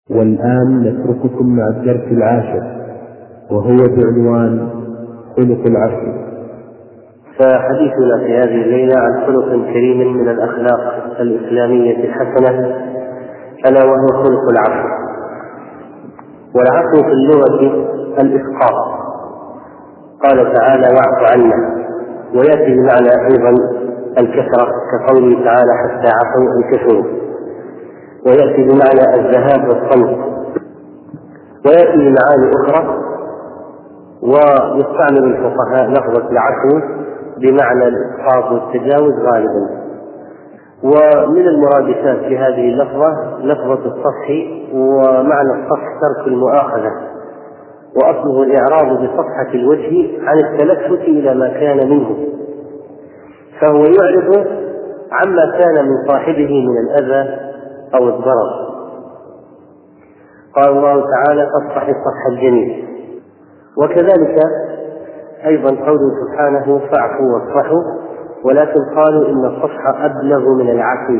والآن نترككم مع الدرس 10 وهو بعنوان خلق العفو. فحديثنا في هذه الليلة عن خلق كريم من الأخلاق الإسلامية الحسنة، ألا وهو خلق العفو. والعفو في اللغة الإسقاط، قال تعالى: واعف عنا، ويأتي بمعنى أيضا الكثرة كقوله تعالى: حتى عفوا الكثير، ويأتي بمعنى الذهاب والصمت، ويأتي بمعاني أخرى. ويستعمل الفقهاء لفظة العفو بمعنى الإسقاط والتجاوز غالبا. ومن المرادفات في هذه اللفظة لفظة الصفح، ومعنى الصفح ترك المؤاخذة، وأصله الإعراض بصفحة الوجه عن التلفت إلى ما كان منه، فهو يعرض عما كان من صاحبه من الأذى أو الضرر. قال الله تعالى: فاصفح الصفح الجميل. وكذلك أيضا قوله سبحانه: فاعفوا واصفحوا، ولكن قالوا إن الصفح أبلغ من العفو،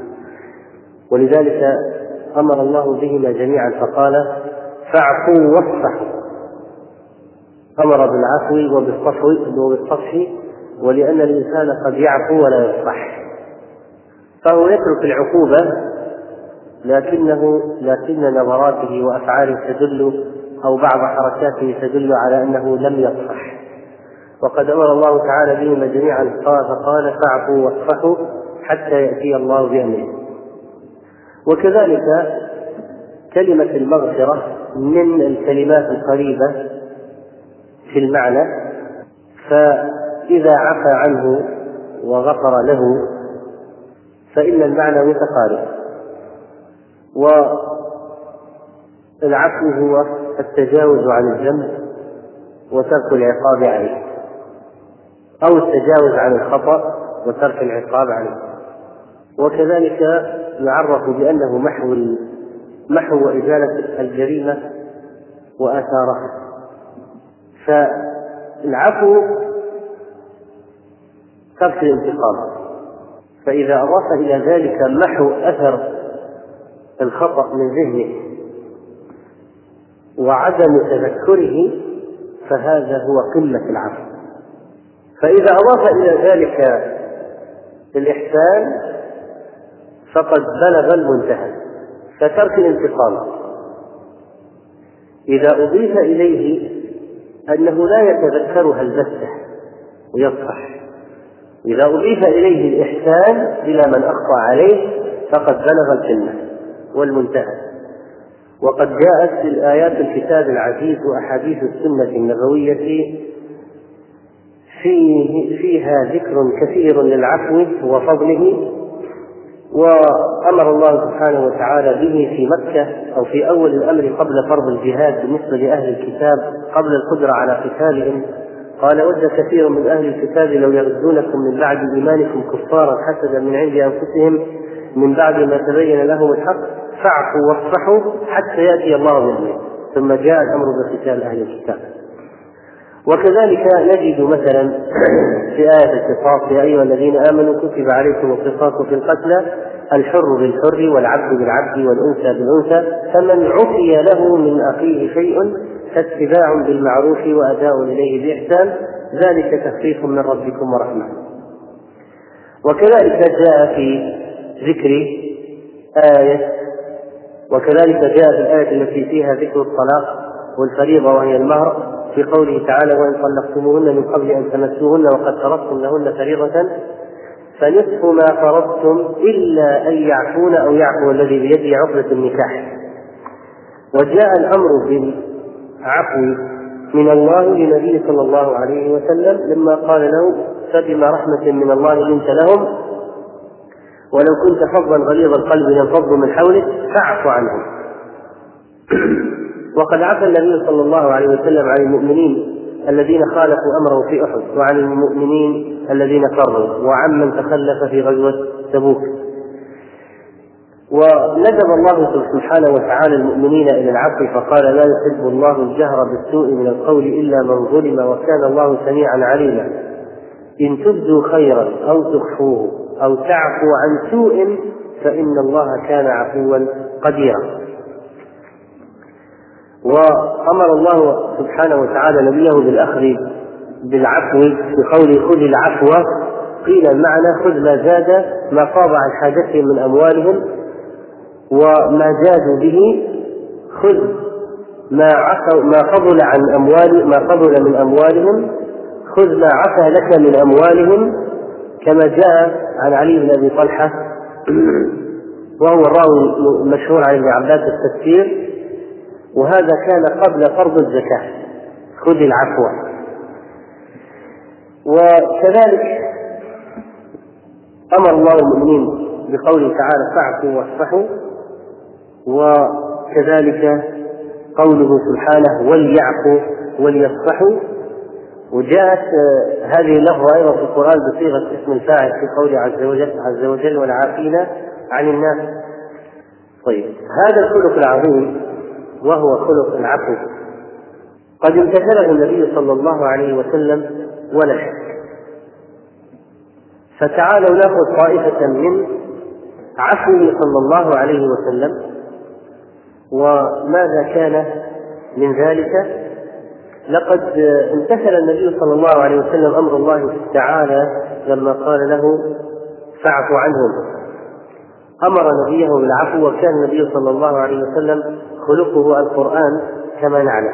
ولذلك أمر الله بهما جميعا فقال: فاعفوا واصفحوا، أمر بالعفو وبالصفح، ولأن الإنسان قد يعفو ولا يصفح، فهو يترك العقوبة لكن نظراته وأفعاله تدل، أو بعض حركاته تدل على أنه لم يصفح. وقد أمر الله تعالى بهما جميعا فقال: فاعفوا واصفحوا حتى يأتي الله بأمره. وكذلك كلمة المغفرة من الكلمات القريبة في المعنى، فإذا عفى عنه وغفر له فإن المعنى متقارب. والعفو هو التجاوز عن الذنب وترك العقاب عليه، أو التجاوز عن الخطأ وترك العقاب عليه. وكذلك يعرف بأنه محو وإزالة الجريمة وآثارها. فالعفو ترك الانتقام، فإذا أضاف إلى ذلك محو أثر الخطأ من ذهنه وعدم تذكره فهذا هو قمة العفو. فإذا أضاف إلى ذلك الإحسان فقد بلغ المنتهى، فترك الانتقام. إذا أضيف إليه أنه لا يتذكرها البتة ويصفح، إذا أضيف إليه الإحسان إلى من أخطأ عليه فقد بلغ القمة والمنتهى. وقد جاءت الآيات الكتاب العزيز وأحاديث السنة النبوية فيها ذكر كثير للعفو وفضله، وأمر الله سبحانه وتعالى به في مكة، أو في أول الأمر قبل فرض الجهاد بالنسبة لأهل الكتاب قبل القدرة على قتالهم. قال: ود كثير من أهل الكتاب لو يردونكم من بعد إيمانكم كفارا حسدا من عند أنفسهم من بعد ما تبين لهم الحق فاعفوا واصفحوا حتى يأتي الله بأمره، ثم جاء الأمر بقتال أهل الكتاب. وكذلك نجد مثلا في آية القصاص: يا أيها الذين آمنوا كتب عليكم القصاص في القتلى الحر بالحر والعبد بالعبد والأنثى بالأنثى، فمن عفي له من أخيه شيء فاتباع بالمعروف وأداء إليه بإحسان ذلك تخفيف من ربكم ورحمة. وكذلك جاء في ذكر آية، وكذلك جاء في الآية التي فيها ذكر الطلاق والفريضة وهي المهر في قوله تعالى: وإن طلقتموهن من قبل أن تمسوهن وقد فرضتم لهن فريضة فنصف ما فرضتم إلا أن يعفون أو يعفو الذي بيده عقدة النكاح. وجاء الأمر بالعفو من الله للنبي صلى الله عليه وسلم لما قال له: فبما رحمة من الله لنت لهم ولو كنت فظا غليظ القلب لانفضوا من حولك فاعف عنهم. وقد عفى النبي صلى الله عليه وسلم عن المؤمنين الذين خالفوا أمره في أحد، وعن المؤمنين الذين فروا، وعمن تخلف في غزوة تبوك. وندب الله سبحانه وتعالى المؤمنين إلى العفو فقال: لا يحب الله الجهر بالسوء من القول إلا من ظلم وكان الله سميعا عليما. إن تبدوا خيرا أو تخفوه أو تعفوا عن سوء فإن الله كان عفوا قديرا. وأمر الله سبحانه وتعالى نبيه بالأخذ بالعفو بقوله خذ العفو، قيل المعنى خذ ما زاد ما قاض عن حاجتهم من أموالهم وما زادوا به، خذ ما فضل من أموالهم، خذ ما عفى لك من أموالهم، كما جاء عن علي بن أبي طلحة وهو الراوي المشهور عن ابن عباس التفسير، وهذا كان قبل فرض الزكاة، خذ العفو. وكذلك أمر الله المؤمنين بقوله تعالى فاعفوا واصفحوا، وكذلك قوله سبحانه وليعفوا وليصفحوا. وجاءت هذه اللفظة أيضا في القرآن بصيغة اسم الفاعل في قوله عز وجل والعافين عن الناس. طيب، هذا الخلق العظيم وهو خلق العفو قد امتثله النبي صلى الله عليه وسلم ولا شك. فتعالوا ناخذ طائفة من عفوه صلى الله عليه وسلم، وماذا كان من ذلك. لقد امتثل النبي صلى الله عليه وسلم أمر الله تعالى لما قال له فاعف عنهم، أمر نبيه بالعفو، وكان النبي صلى الله عليه وسلم خلقه القرآن كما نعلم.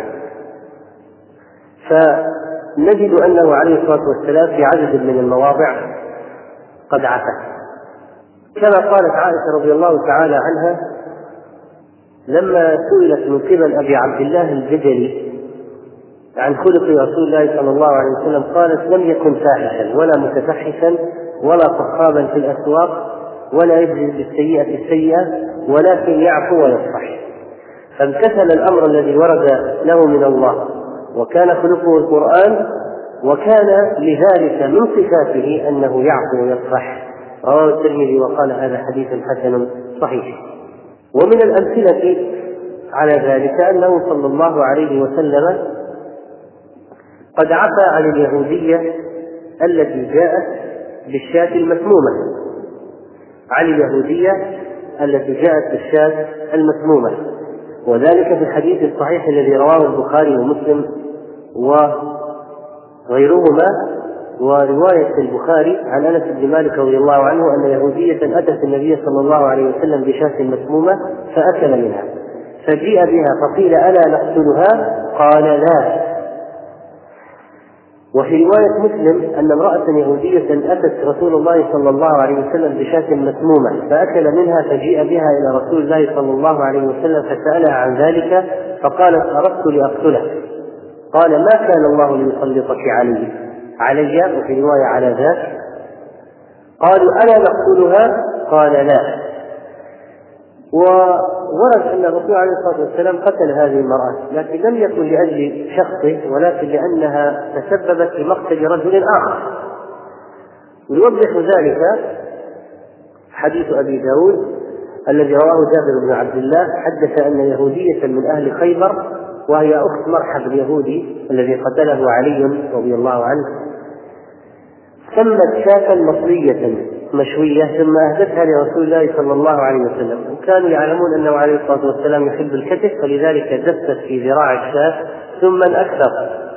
فنجد أنه عليه الصلاة والسلام في عدد من المواضع قد عفا، كما قالت عائشة رضي الله تعالى عنها لما سئلت من قبل أبي عبد الله البجلي عن خلق رسول الله صلى الله عليه وسلم، قالت لم يكن فاحشا ولا متفحشا ولا صخابا في الأسواق ولا يجزي بالسيئة السيئة، ولكن يعفو ويصفح. فامتثل الأمر الذي ورد له من الله، وكان خلقه القرآن، وكان لذلك من صفاته أنه يعفو ويصفح. رواه الترمذي وقال هذا حديث حسن صحيح. ومن الأمثلة على ذلك أنه صلى الله عليه وسلم قد عفى عن اليهودية التي جاءت بالشاة المسمومة، وذلك في الحديث الصحيح الذي رواه البخاري ومسلم وغيرهما. ورواية البخاري عن أنس بن مالك رضي الله عنه أن يهودية أتت النبي صلى الله عليه وسلم بشاة مسمومة فأكل منها، فجيء بها فقيل ألا نقتلها؟ قال لا. وفي رواية مسلم أن امرأة يهودية أتت رسول الله صلى الله عليه وسلم بشاة مسمومة فأكل منها، فجيء بها إلى رسول الله صلى الله عليه وسلم فسألها عن ذلك، فقالت أردت لأقتله. قال ما كان الله ليسلطك علي، وفي رواية على ذاك. قالوا ألا نقتلها؟ قال لا. وورد أن الرسول عليه الصلاة والسلام قتل هذه المرأة، لكن لم يكن لأجل شخصه، ولكن لأنها تسببت في مقتل رجل آخر. ويوضح ذلك حديث أبي داود الذي رواه جابر بن عبد الله، حدث أن يهودية من أهل خيبر وهي أخت مرحب اليهودي الذي قتله علي رضي الله عنه، سمت شاة مصرية مشوية ثم أهدتها لرسول الله صلى الله عليه وسلم، وكانوا يعلمون أنه عليه الصلاة والسلام يحب الكتف، فلذلك دست في ذراع الشاة ثم أكثر.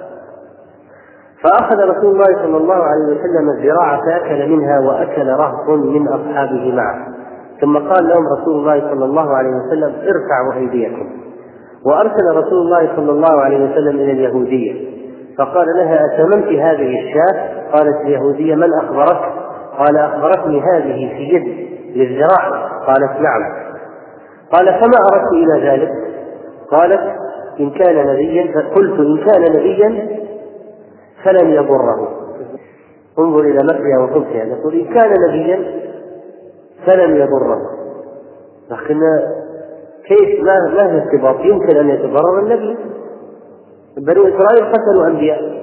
فأخذ رسول الله صلى الله عليه وسلم الذراع فأكل منها، وأكل رهط من أصحابه معه، ثم قال لهم رسول الله صلى الله عليه وسلم ارفعوا أيديكم. وأرسل رسول الله صلى الله عليه وسلم إلى اليهودية فقال لها أتممت هذه الشاة؟ قالت اليهودية من أخبرك؟ قال أخبرتني هذه في يد للذراع. قالت نعم. قال فما أردت إلى ذلك؟ قالت إن كان نبيا، فقلت إن كان نبيا فلن يضره. انظر إلى مكرها وخبثها، نقول إن كان نبيا فلن يضره، لكن كيف ما هي ارتباط؟ يمكن أن يتضرر النبي، بنو إسرائيل قتلوا أنبياء.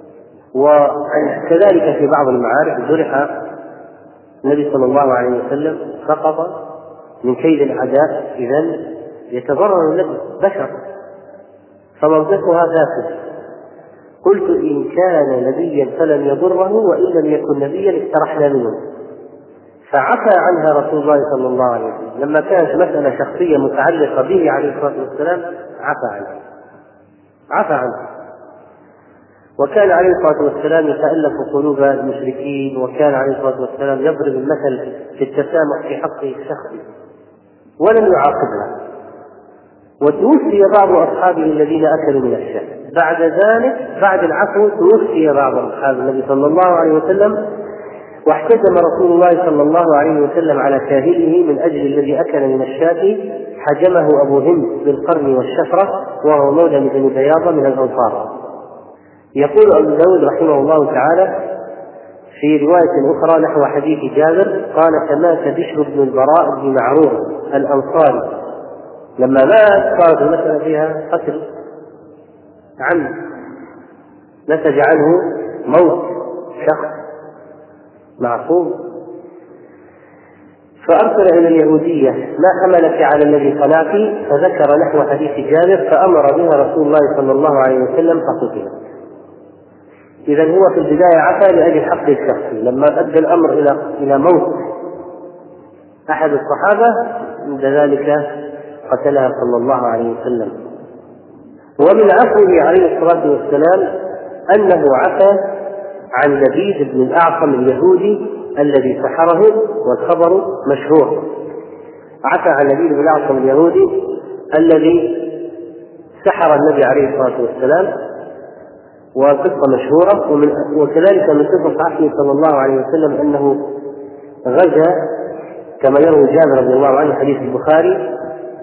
وكذلك في بعض المعارك جرح النبي صلى الله عليه وسلم، سقط من كيد الأعداء، إذن يتضرر النبي بشر، فمنطقها فاسد. قلت إن كان نبيا فلن يضره، وإن لم يكن نبيا استرحنا منه. فعفى عنها رسول الله صلى الله عليه وسلم لما كانت مسألة شخصية متعلقة به عليه الصلاة والسلام، عفى عنها. عفى عنه. وكان عليه الصلاة والسلام يتألف قلوب المشركين، وكان عليه الصلاة والسلام يضرب المثل في التسامح في حقه الشخصي ولم يعاقبها. وتوفي بعض أصحابه الذين أكلوا من الشاة. بعد ذلك بعد العفو توفي بعض أصحاب النبي صلى الله عليه وسلم، واحتجم رسول الله صلى الله عليه وسلم على كاهله من أجل الذي أكل من الشاة، حجمه أبو هند بالقرن والشفرة، وهو مولى من بني بياضة من الأنصار. يقول أبو داود رحمه الله تعالى في رواية أخرى نحو حديث جابر قال: فمات بشر بن البراء بن معرور الأنصاري لما مات، صارت المسألة فيها قتل عمد، نتج عنه موت شخص معصوم، فأرسل إلى اليهودية: ما حملك على الذي صنعت؟ فذكر نحو حديث جابر، فأمر بها رسول الله صلى الله عليه وسلم فقتل. إذن هو في البداية عفا لأجل حقه الشخصي، لما أدى الأمر إلى موت أحد الصحابة عند ذلك قتلها صلى الله عليه وسلم. ومن عفوه عليه الصلاة والسلام أنه عفى عن لبيد بن الأعصم اليهودي الذي سحره، والخبر مشهور. عفى عن لبيد بن الأعصم اليهودي الذي سحر النبي عليه الصلاة والسلام، وقصة مشهورة. وكذلك من قصص عفوه صلى الله عليه وسلم أنه غزا كما يروي جابر رضي الله عنه حديث البخاري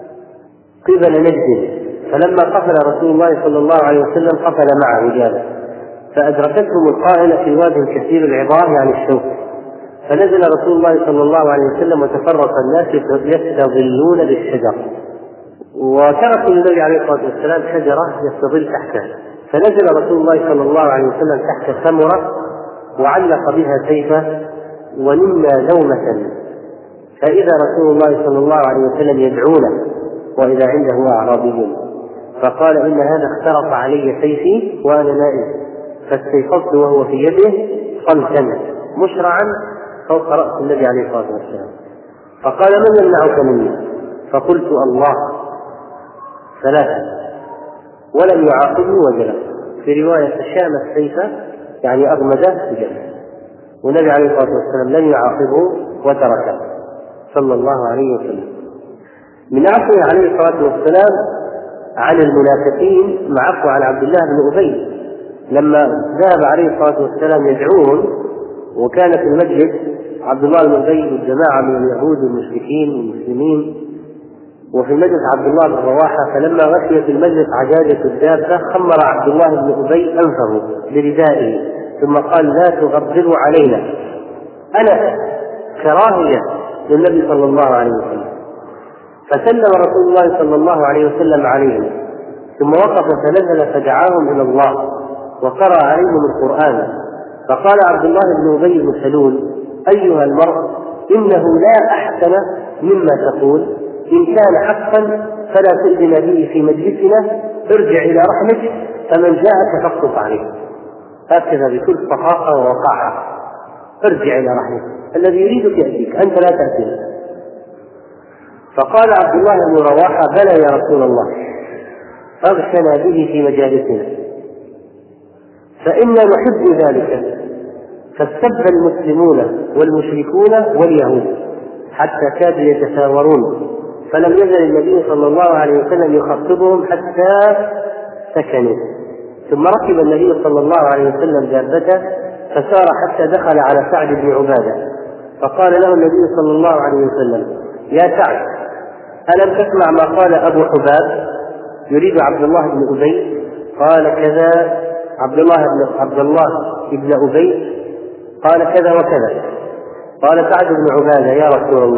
قبل نجد، فلما قفل رسول الله صلى الله عليه وسلم قفل معه جابر، فأدركتهم القائلة في واد كثير العظام يعني الشوك، فنزل رسول الله صلى الله عليه وسلم وتفرق الناس يستظلون بالشجر، وتركوا النبي عليه الصلاة والسلام شجرة يستظل تحتها، فنزل رسول الله صلى الله عليه وسلم تحت ثمرة وعلق بها سيفه ونمنا نومة، فإذا رسول الله صلى الله عليه وسلم يدعونه وإذا عنده أعرابي، فقال: إن هذا اخترق علي سيفي وأنا نائم، فاستيقظت وهو في يده صلتا مشرعا فوق رأس النبي عليه الصلاة والسلام، فقال: من يمنعك مني؟ فقلت: الله، ثلاثة، ولم يعاقبه وجلس. في رواية: شام السيف يعني أغمده وجلس، والنبي عليه الصلاة والسلام لم يعاقبه وتركه صلى الله عليه وسلم. من عفوه عليه الصلاة والسلام عن المنافقين مع عفو عن عبد الله بن أبي لما ذهب عليه الصلاة والسلام يدعوهم، وكان في المجلس عبد الله بن أبي والجماعة من اليهود والمشركين والمسلمين، وفي المجلس عبد الله بن رواحة، فلما غشيت المجلس عجاجة الدابة خمر عبد الله بن أبي أنفه بردائه ثم قال: لا تغضبوا علينا، أنا كراهية للنبي صلى الله عليه وسلم. فسلم رسول الله صلى الله عليه وسلم عليهم، ثم وقف فنزل فدعاهم إلى الله وقرأ عليهم القرآن، فقال عبد الله بن أبي بن سلول: أيها المرء، إنه لا أحسن مما تقول، إن كان حقا فلا تؤذن به في مجلسنا، ارجع إلى رحمك، فمن جاءك فاقصص عليه. هكذا بكل صفاقة ووقاحة: ارجع إلى رحمك، الذي يريدك يأتيك، أنت لا تأتينا. فقال عبد الله بن رواحة: بلى يا رسول الله، أغشنا به في مجالسنا، فإنا نحب ذلك. فاستب المسلمون والمشركون واليهود حتى كادوا يتساورون، فلم يزل النبي صلى الله عليه وسلم يخطبهم حتى سكنوا. ثم ركب النبي صلى الله عليه وسلم دابته فسار حتى دخل على سعد بن عبادة، فقال له النبي صلى الله عليه وسلم: يا سعد، ألم تسمع ما قال أبو حباب؟ يريد عبد الله بن أبي. قال: كذا عبد الله بن أبي قال كذا وكذا. قال سعد بن عبادة: يا رسول الله،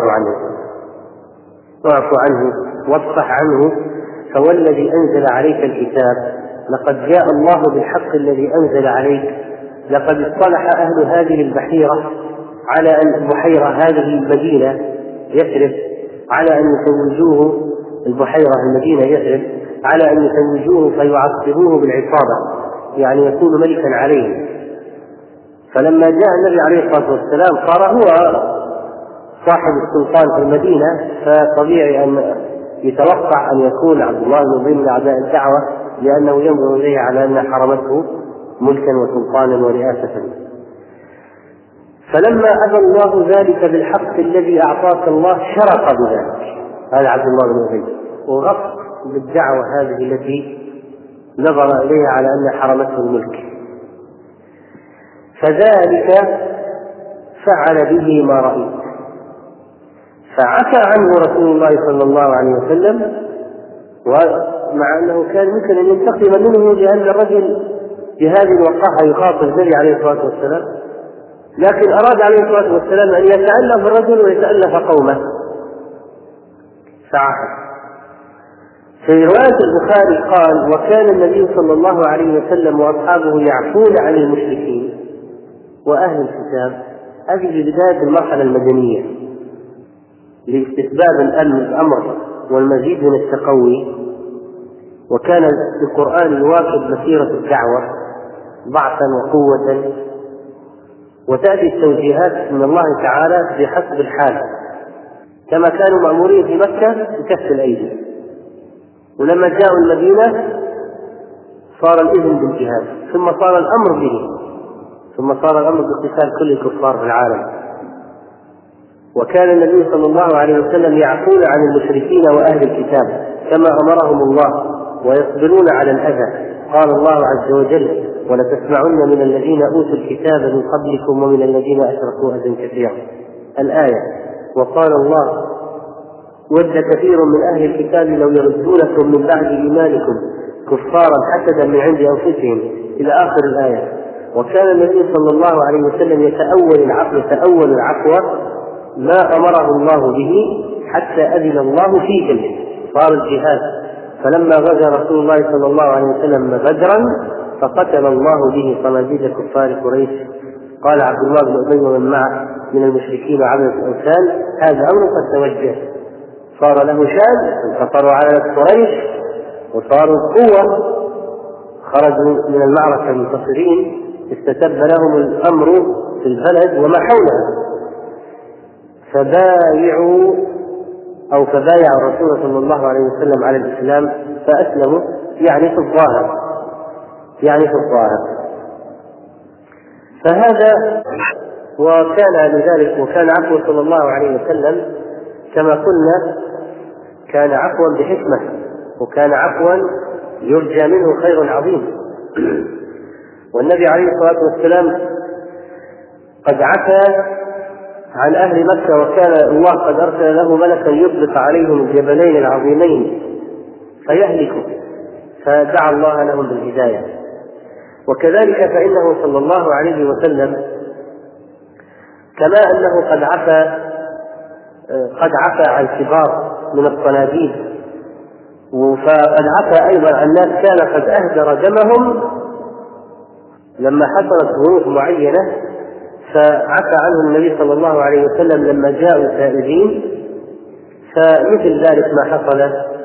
اعف عنه واصفح عنه، فوالذي أنزل عليك الكتاب لقد جاء الله بالحق الذي أنزل عليك، لقد اصطلح أهل هذه البحيرة على أن البحيرة هذه المدينة يثرب على أن يتوجوه، البحيرة المدينة يثرب على أن يتوجوه فيعصبوه بالعصابة، يعني يكون ملكا عليه. فلما جاء النبي عليه الصلاة والسلام صار هو صاحب السلطان في المدينة، فطبيعي أن يتوقع أن يكون عبد الله بن أبي من أعداء الدعوة لأنه ينظر إليها على أنها حرمته ملكا وسلطانا ورئاسة. فلما أبى الله ذلك بالحق الذي أعطاك الله شرق بذلك هذا عبد الله بن أبي، وغص بالدعوة هذه التي نظر إليها على أن حرمته الملك، فذلك فعل به ما رأيت. فعفى عنه رسول الله صلى الله عليه وسلم، ومع أنه كان ممكن أن ينتقم منه لأن الرجل بهذه الوقاحة يخاطب النبي عليه الصلاة والسلام، لكن أراد عليه الصلاة والسلام أن يتألف الرجل ويتألف قومه فعفى. في رواية البخاري قال: وكان النبي صلى الله عليه وسلم وأصحابه يعفون عن المشركين وأهل الكتاب. هذه بداية المرحلة المدنية لاستتباب الأمر والمزيد من التقوي، وكان القرآن يواكب مسيرة الدعوة ضعفا وقوة، وتأتي التوجيهات من الله تعالى بحسب الحال، كما كانوا مأمورين في مكة بكف الأيدي، ولما جاءوا المدينة صار الإذن بالجهاد، ثم صار الأمر به، ثم صار الأمر باقتتال كل الكفار في العالم. وكان النبي صلى الله عليه وسلم يعفون عن المشركين وأهل الكتاب كما أمرهم الله، ويصبرون على الأذى. قال الله عز وجل: ولتسمعن من الذين أوتوا الكتاب من قبلكم ومن الذين أشركوا أذى كثيرا، الآية. وقال الله: ود كثير من أهل الكتاب لو يردونكم من بعد إيمانكم كفارا حسدا من عند أنفسهم، إلى آخر الآية. وكان النبي صلى الله عليه وسلم يتأول العفو ما أمره الله به حتى أذن الله في جلده، صار الجهاد. فلما غزا رسول الله صلى الله عليه وسلم بدرا فقتل الله به صناديد كفار قريش. قال عبد الله بن أبي ومن معه من المشركين وعبدة الأوثان: هذا أمر قد توجه، صار له شان، انتصروا على قريش وصاروا قوة، خرجوا من المعركة منتصرين، استتب لهم الأمر في البلد وما حولها، فبايع الرسول صلى الله عليه وسلم على الإسلام فأسلموا، يعني في الظاهر. فهذا وكان لذلك، وكان عفو صلى الله عليه وسلم كما قلنا كان عفوا بحكمة، وكان عفوا يرجى منه خير عظيم. والنبي عليه الصلاة والسلام قد عفى عن أهل مكة، وكان الله قد أرسل له ملكا يطلق عليهم الجبلين العظيمين فيهلكوا، فدعا الله لهم بالهداية. وكذلك فإنه صلى الله عليه وسلم كما أنه قد عفى عن كبار من الصناديد، فقد عفى أيضا عن ناس كان قد أهدر دمهم لما حصلت ظروف معينة، فعفى عنه النبي صلى الله عليه وسلم لما جاءوا تائبين. فمثل ذلك ما حصل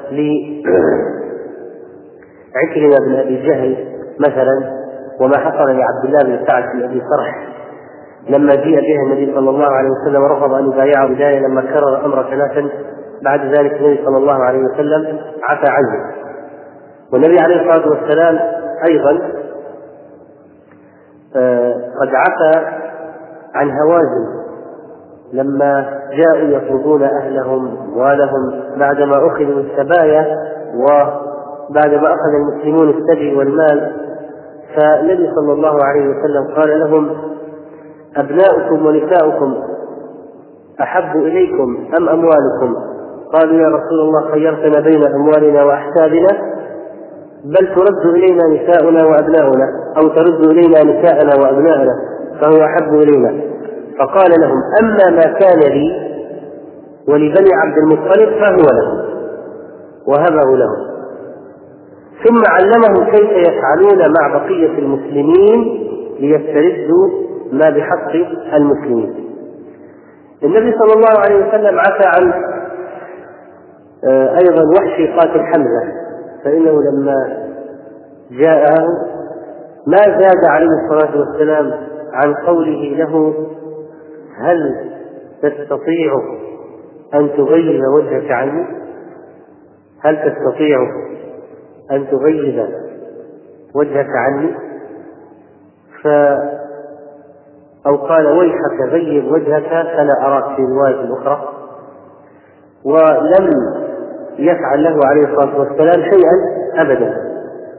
لعكرمة بن أبي جهل مثلا، وما حصل لعبد الله بن سعد بن أبي صرح لما جاء به النبي صلى الله عليه وسلم ورفض أن يبايعه بداية، لما كرر الأمر ثلاثا بعد ذلك النبي صلى الله عليه وسلم عفى عنه. والنبي عليه الصلاة والسلام أيضا قد عفى عن هوازن لما جاءوا يطلبون أهلهم أموالهم بعدما أخذوا السبايا وبعدما أخذ المسلمون السبي والمال. فالنبي صلى الله عليه وسلم قال لهم: أبناؤكم ونساؤكم أحب إليكم أم أموالكم؟ قالوا: يا رسول الله خيرتنا بين أموالنا وأحسابنا، بل ترد إلينا نساؤنا وأبناؤنا، أو ترد إلينا نساءنا وأبناءنا فهو أحب إلينا. فقال لهم: أما ما كان لي ولبني عبد المطلب فهو له، وهبه لهم. ثم علمهم كيف يفعلون مع بقية المسلمين ليستردوا ما بحق المسلمين. النبي صلى الله عليه وسلم عفى عن أيضا وحشي قاتل حمزة، فإنه لما جاءه ما زاد عليه الصلاة والسلام عن قوله له: هل تستطيع أن تغير وجهك عني؟ هل تستطيع أن تغيب وجهك عني، أو قال ويحك غيب وجهك فلا أراك في رواية الأخرى، ولم يفعل له عليه الصلاة والسلام شيئا أبدا.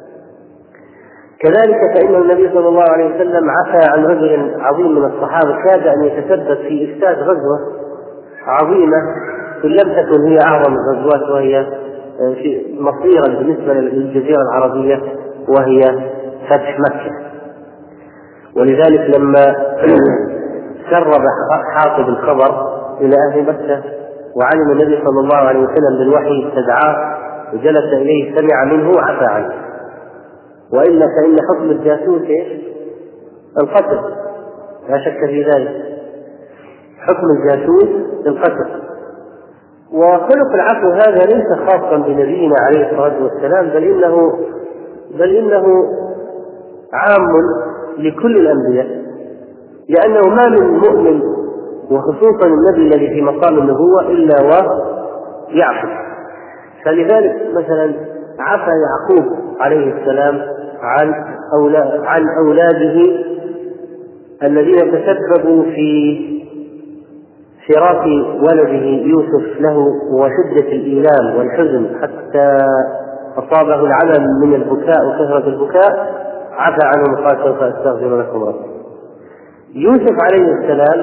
كذلك فإن النبي صلى الله عليه وسلم عفى عن رجل عظيم من الصحابة كاد أن يتسبب في إفساد غزوة عظيمة إن لم تكن هي أعظم الغزوات، وهي مصيرا بالنسبة للجزيرة العربية، وهي فتح مكة. ولذلك لما سرب حاطب الخبر إلى أهل مكة وعلم النبي صلى الله عليه وسلم بالوحي استدعاه وجلس إليه سمع منه عفى عنه. وإلا فإن حكم الجاسوس القتل، لا شك في ذلك، حكم الجاسوس القتل. وخلق العفو هذا ليس خاصا بنبينا عليه الصلاة والسلام، بل إنه عام لكل الأنبياء، لأنه ما من مؤمن وخصوصا النبي الذي في مقام النبوة إلا ويعفو. فلذلك مثلا عفى يعقوب عليه السلام عن أولاده الذين تسببوا في فراق ولده يوسف له وشدة الإيلام والحزن حتى أصابه العلم من البكاء وكثرة البكاء، عفى عنهم وقال سوف أستغفر لكم ربي. يوسف عليه السلام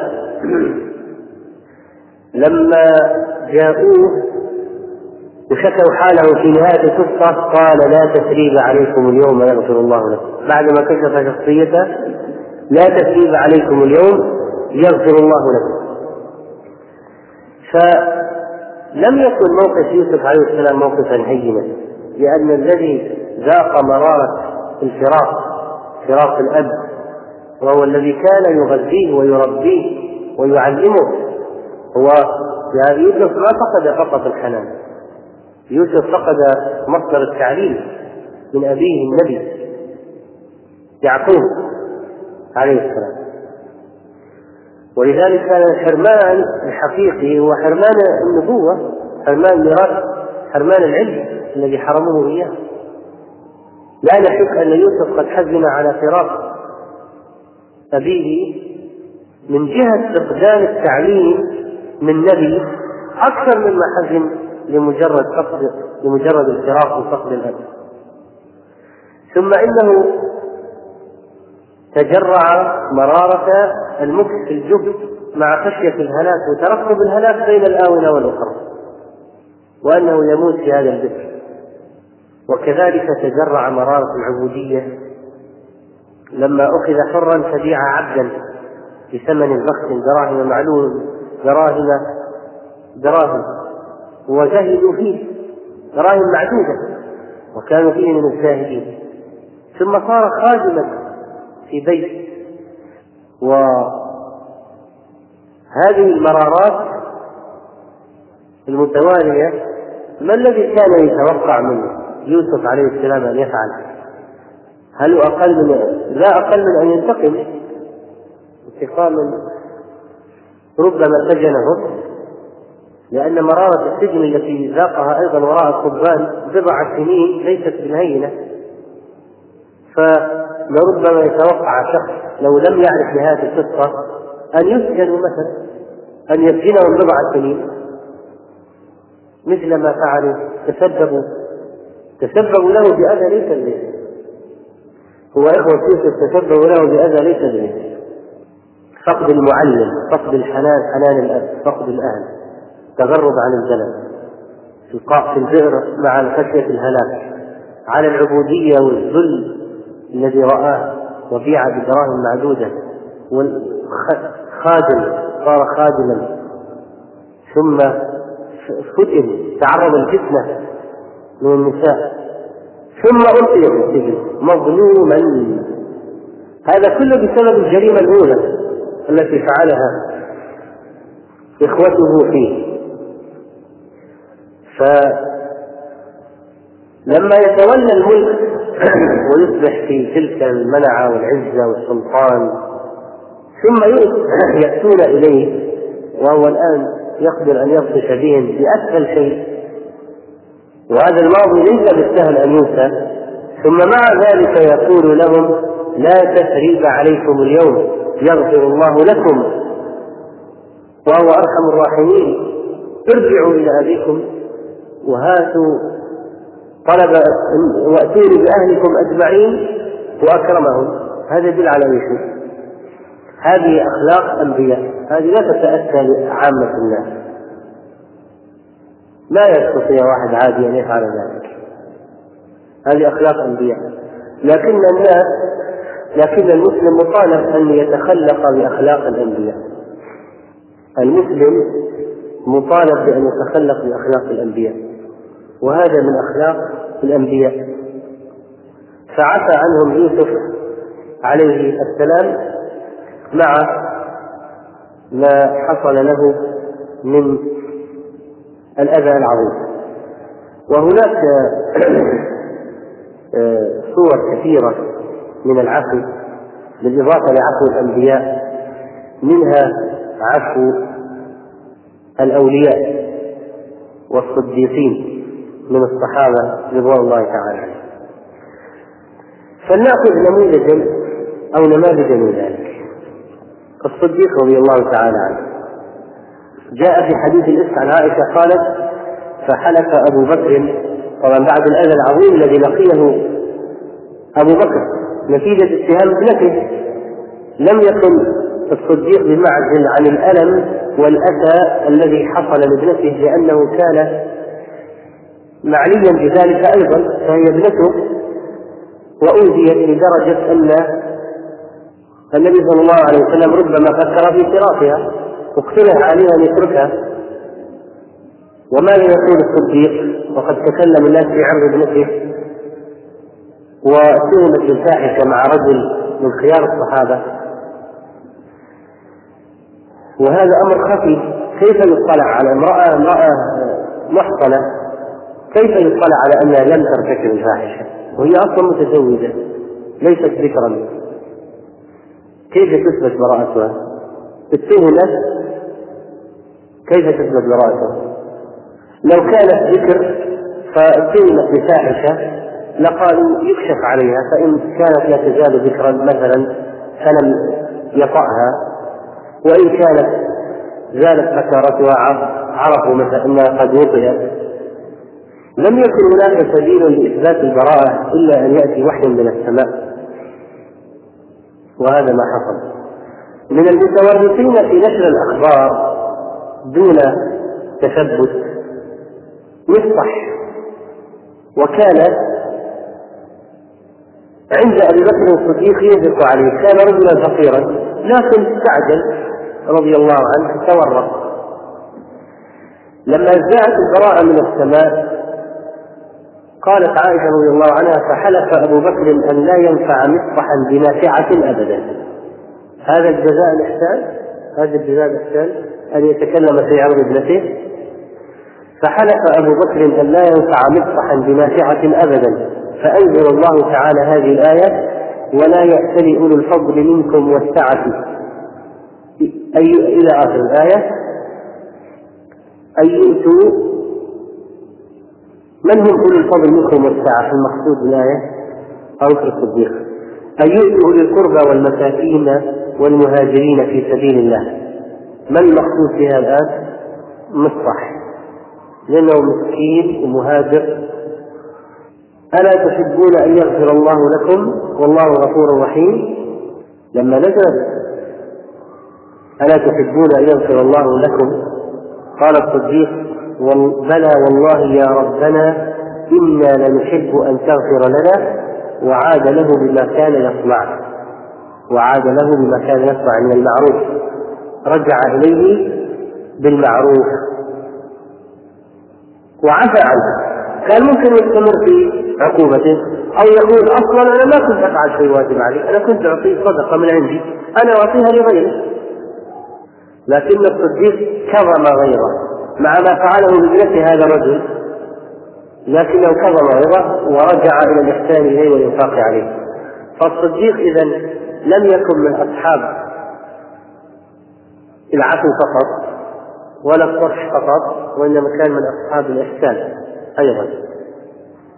لما جاءوه وشكوا حاله في نهاية القصة قال لا تثريب عليكم اليوم يغفر الله لكم، بعدما كشف شخصيته لا تثريب عليكم اليوم يغفر الله لكم. فلم يكن موقف يوسف عليه السلام موقفا هينا، لأن الذي ذاق مرارة فراق الأب، وهو الذي كان يغذيه ويربيه ويعلمه، هو يوسف ما فقد فقط الحنان، يوسف فقد مصدر التعليم من أبيه النبي يعقوب عليه السلام. ولذلك كان الحرمان الحقيقي هو حرمان النبوة، حرمان ميراث، حرمان العلم الذي حرموه إياه. لا نشك أن يوسف قد حزن على فراق أبيه من جهة فقدان التعليم من نبي أكثر مما حزن لمجرد الفراق وفقد الأب. ثم إنه تجرع مرارة المكث في الجب مع خشية الهلاك وترقب الهلاك بين الآونة والأخرى، وأنه يموت في هذا البئر. وكذلك تجرع مرارة العبودية لما أخذ حرا فبيع عبدا بثمن بخس دراهم معلوم، دراهم وزهدوا فيه دراهم معدودة وكانوا فيه من الزاهدين، ثم صار خادما في بيت. وهذه المرارات المتوالية ما الذي كان يتوقع من يوسف عليه السلام أن يفعل؟ هل لا أقل من أن ينتقم انتقاما ربما سجنه، لأن مرارة السجن التي ذاقها أيضا وراء الصبان 7 سنين ليست بالهينة. فلربما يتوقع شخص لو لم يعرف بهذه القصة أن يسجن مثلا، أن يسجنهم 7 سنين مثل ما فعلوا، تسببوا له بأذى ليس به. هو إخوة يوسف تسببوا له بأذى ليس به، فقد المعلم، فقد الحنان، حنان الأب، فقد الأهل، تغرب عن البلد، في البئر مع خشية الهلاك، على العبودية والذل الذي رآه وبيع بدراهم معدودة، والخادم صار خادما، ثم فتن، تعرض الفتنة من النساء، ثم ألقي في السجن مظلوما. هذا كله بسبب الجريمة الأولى التي فعلها إخوته فيه. فلما يتولى الملك ويصبح في تلك المنعة والعزة والسلطان، ثم يأتون إليه وهو الآن يقدر أن يبطش بهم بأسهل شيء، وهذا الماضي ليس بالسهل أن ينسى. ثم مع ذلك يقول لهم: لا تثريب عليكم اليوم يغفر الله لكم وهو أرحم الراحمين، ارجعوا إلى أبيكم وهاتوا وأتوني بأهلكم أجمعين وأكرمهم. هذا يدل على شيء؟ هذه أخلاق أنبياء، هذه لا تتأتى لعامة الناس، لا يستطيع واحد عادي أن يفعل ذلك. هذه أخلاق أنبياء. لكن المسلم مطالب أن يتخلق بأخلاق الأنبياء. المسلم مطالب بأن يتخلق بأخلاق الأنبياء، وهذا من أخلاق الأنبياء. فعفى عنهم يوسف عليه السلام مع ما حصل له من الأذى العظيم. وهناك صور كثيرة من العفو بالإضافة لعفو الأنبياء، منها عفو الأولياء والصديقين من الصحابة رضوان الله تعالى عنهم. فلنأخذ نموذجا أو نماذجا من ذلك. الصديق رضي الله تعالى عنه جاء في حديث الإفك عن عائشة قالت: فحلف أبو بكر، طبعا بعد الأذى العظيم الذي لقيه أبو بكر نتيجة اتهام ابنته، لم يكن الصديق بمعزل عن الألم والأذى الذي حصل لابنته، لأنه كان معليا بذلك أيضا، فهي ابنته، وأوذيت لدرجة أن النبي صلى الله عليه وسلم ربما فكر في فراقها واقترح عليها أن يتركها. وماذا يقول الصديق وقد تكلم الناس في عرض ابنته وتهمت بالفاحشة مع رجل من خيار الصحابة؟ وهذا أمر خفي. كيف يطلع على امرأة محصنة، كيف يطلع على أنها لم ترتكب الفاحشة وهي أصلا متزوجة ليست ذكرا؟ كيف تثبت براءتها؟ اتهمت، كيف تثبت براءتها؟ لو كانت ذكر فاتهمت بفاحشة لقالوا يكشف عليها، فإن كانت لا تزال ذكرا مثلا فلم يطأها، وإن كانت زالت بكارتها عرفوا مثلا أنها قد وطئت. لم يكن هناك سبيل لإثبات البراءة إلا أن يأتي وحي من السماء، وهذا ما حصل. من المتورطين في نشر الأخبار دون تثبت مصطح، وكان عند أبي بكر الصديق يضيق عليه، كان رجلا فقيرا لكن استعجل رضي الله عنه، تورط. لما جاءت البراءة من السماء قالت عائشة رضي الله عنها: فحلف أبو بكر أن لا ينفع مصطحا بنافعة أبدا. هذا الجزاء الإحسان، هذا الجزاء الإحسان أن يتكلم في عرض ابنته. فحلف أبو بكر أن لا ينفع مصطحا بنافعة أبدا، فأنزل الله تعالى هذه الآية: ولا يأتل أولو الفضل منكم والسعة، إلى آخر الآية. أن يؤتوا، من هم أولو الفضل منكم والسعة؟ المقصود بالآية أو في الصديق. أن يؤتوا أولي القربى والمساكين والمهاجرين في سبيل الله. من المقصود فيها الآن؟ مصطح، لأنه مسكين ومهاجر. ألا تحبون أن يغفر الله لكم والله غفور رحيم؟ لما نزل ألا تحبون أن يغفر الله لكم، قال الصديق: بلى والله يا ربنا إنا لنحب أن تغفر لنا. وعاد له بما كان يصنع، وعاد له بما كان يصنع من المعروف، رجع إليه بالمعروف وعفى عنه. كان ممكن يستمر في عقوبته أو يقول: أصلا أنا ما كنت أفعل شيء واجب علي، أنا كنت أعطيه صدقة من عندي، أنا أعطيها لغيري. لكن الصديق كظم غيره مع ما فعله بابنته هذا الرجل، لكنه كظم غيره ورجع إلى الإحسان إليه والإنفاق عليه. فالصديق إذن لم يكن من أصحاب العفو فقط ولا الصفح فقط، وإنما كان من أصحاب الإحسان أيضا.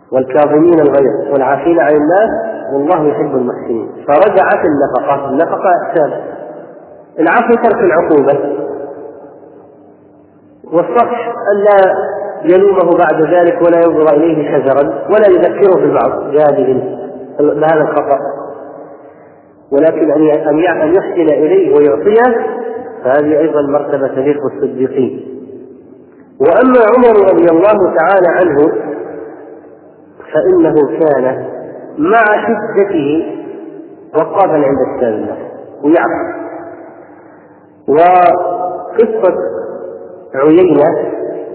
والكاظمين الغيظ والعافين عن الناس والله يحب المحسنين. فرجعت النفقة إحسان. العفو ترك العقوبة، والصفح ألا يلومه بعد ذلك ولا ينظر إليه شجرا ولا يذكره بالبعض بهذا الخطأ، ولكن أن يحسن إليه ويعطيه، فهذه أيضا مرتبة تليق بالصديقين. وأما عمر رضي الله تعالى عنه فإنه كان مع شدته وقافا عند كتاب الله ويعفو. وقصة عيينة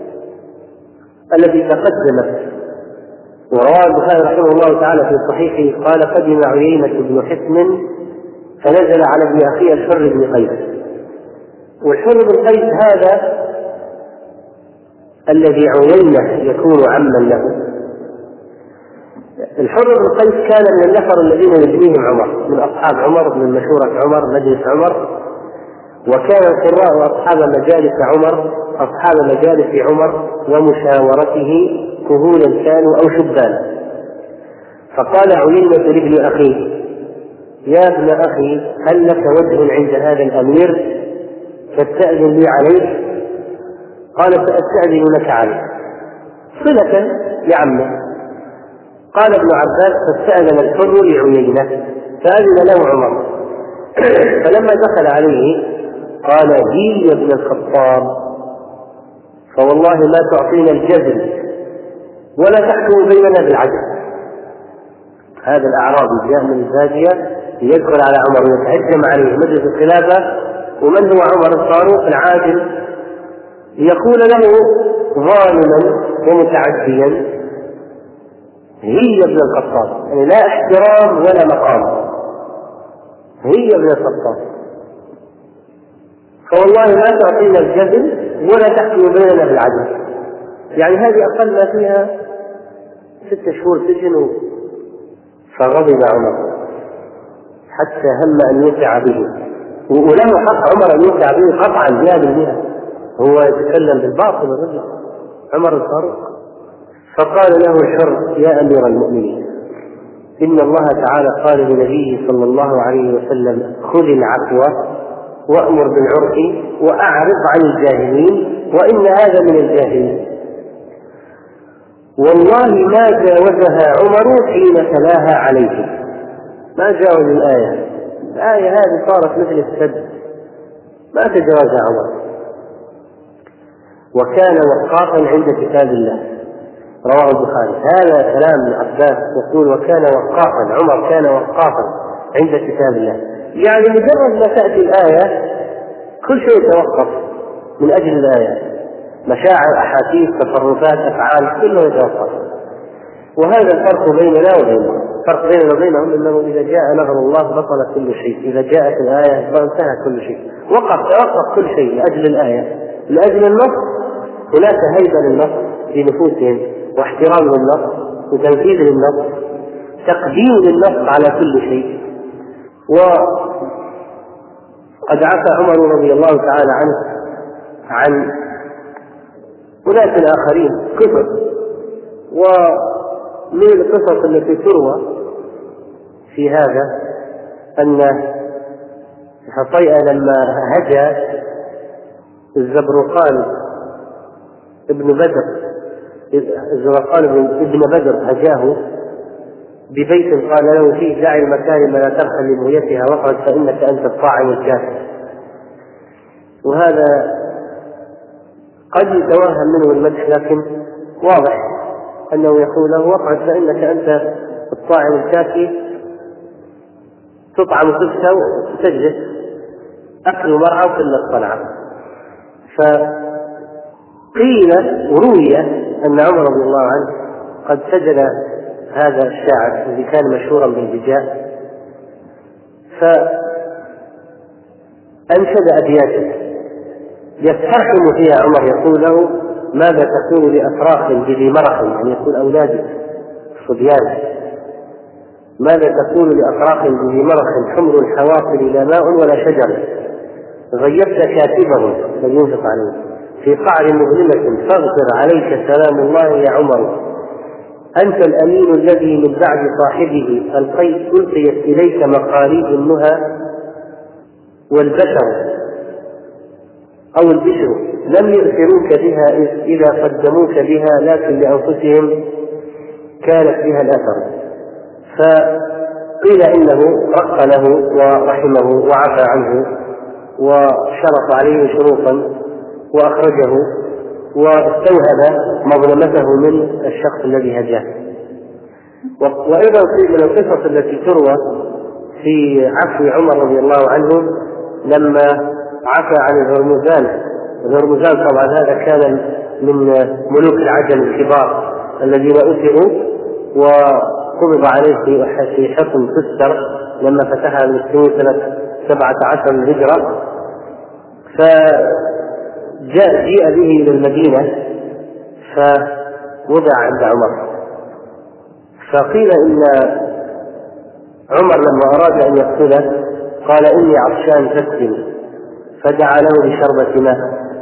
التي تقدمت ورواه البخاري رحمه الله تعالى في صحيحه قال: قدم عيينة بن حصن فنزل على ابن أخيه الحر بن قيس. والحر بن قيس هذا الذي عيينة يكون عما له. الحر بن قيس كان من النفر الذين يجنيهم عمر، من أصحاب عمر، من مشورة عمر، مجلس عمر، وكان القراء أصحاب مجالس عمر أصحاب مجالس عمر ومشاورته كهولا كانوا أو شبانا. فقال عيينة لابن أخيه: يا ابن أخي، هل لك وجه عند هذا الأمير فاستأذن لي عليه؟ قال: سأستأذن لك عليه صلة لعمه. قال ابن عباس: فاستأذن الحر لعيينة فأذن له عمر. فلما دخل عليه قال: هي يا ابن الخطاب، فوالله ما تعطينا الجزل ولا تحكم بيننا بالعدل. هذا الأعرابي جاء من البادية يدخل على عمر ويتهجم عليه مجلس الخلافة، ومن هو عمر الفاروق العادل، يقول له ظالما ومتعديا: هي ابن الخطاب، يعني لا احترام ولا مقام، هي ابن الخطاب، فوالله ما تعطينا الجزل ولا تحكم بيننا بالعدل. يعني هذه أقل ما فيها 6 شهور سجن. فغضب عمر حتى هم أن يوقع به، وله حق عمر أن يوقع به قطعا 100%. هو يتكلم بالباطل الرجل عمر الفاروق. فقال له الحر: يا أمير المؤمنين، إن الله تعالى قال لنبيه صلى الله عليه وسلم: خذ العفو وأمر بالعرف وأعرض عن الجاهلين، وإن هذا من الجاهلين. والله ما جاوزها عمر حين تلاها عليه، ما جاوز الآية هذه صارت مثل السد، ما تجاوزها عمر. وكان وقافا عند كتاب الله، رواه البخاري. هذا كلام ابن عباس يقول: وكان وقافا، عمر كان وقافا عند كتاب الله. يعني مجرد ما تأتي الآية كل شيء يتوقف من أجل الآية، مشاعر، أحاسيس، تصرفات، أفعال، كله يتوقف. وهذا الفرق بيننا وبينهم. الفرق بيننا وبينهم أنه إذا جاء نهر الله بطل كل شيء، إذا جاءت الآية انتهى كل شيء، توقف كل شيء لأجل الآية، لأجل النص. هناك هيبة للنص في نفوسهم، واحترام للنص، وتنفيذ للنص، تقديم للنص على كل شيء. وقد عفى عمر رضي الله تعالى عنه عن أناس آخرين كفر. ومن القصص التي تروى في هذا أن حطيئة لما هجا الزبرقان ابن بدر هجاه ببيت قال له فيه: دع المكارم لا ترحل لبغيتها واخرج فإنك أنت الطاعن الكافر. وهذا قد يتوهم منه المدح، لكن واضح أنه يقول له: واخرج فإنك أنت الطاعن الكافي، تطعم طفشة وتجلس أكل مرعى وكل الصنعة. فقيل وروي أن عمر رضي الله عنه قد سجل هذا الشاعر الذي كان مشهورا بالهجاء، فأنشد أبياتا يسترحم فيها عمر، يقول له: ماذا تقول لأفراخ بذي مرح، يعني يقول أولادي الصبيان، ماذا تقول لأفراخ بذي مرح حمر الحواصل لا ماء ولا شجر، غيبت كاتبهم لم ينفق عليه في قعر مظلمة، فاغفر عليك سلام الله يا عمر، أنت الأمين الذي من بعد صاحبه ألقيت إليك مقاليد النهى والبشر أو البشر لم يؤثروك بها إذا قدموك بها، لكن لأنفسهم كانت بها الأثر. فقيل إنه رق له ورحمه وعفى عنه وشرط عليه شروطا وأخرجه واستوهب مظلمته من الشخص الذي هجاه. وأيضا من القصص التي تروى في عفو عمر رضي الله عنه لما عفى عن الهرمزان طبعا هذا كان من ملوك العجم الكبار الذين أسروا وقبض عليه في حصن تستر لما فتحها المسلمون سنة 17 الهجرة، فجيء به إلى المدينة فوضع عند عمر. فقيل إن عمر لما أراد أن يقتله قال إني عطشان فاسقني، فدعا له بشربة ماء،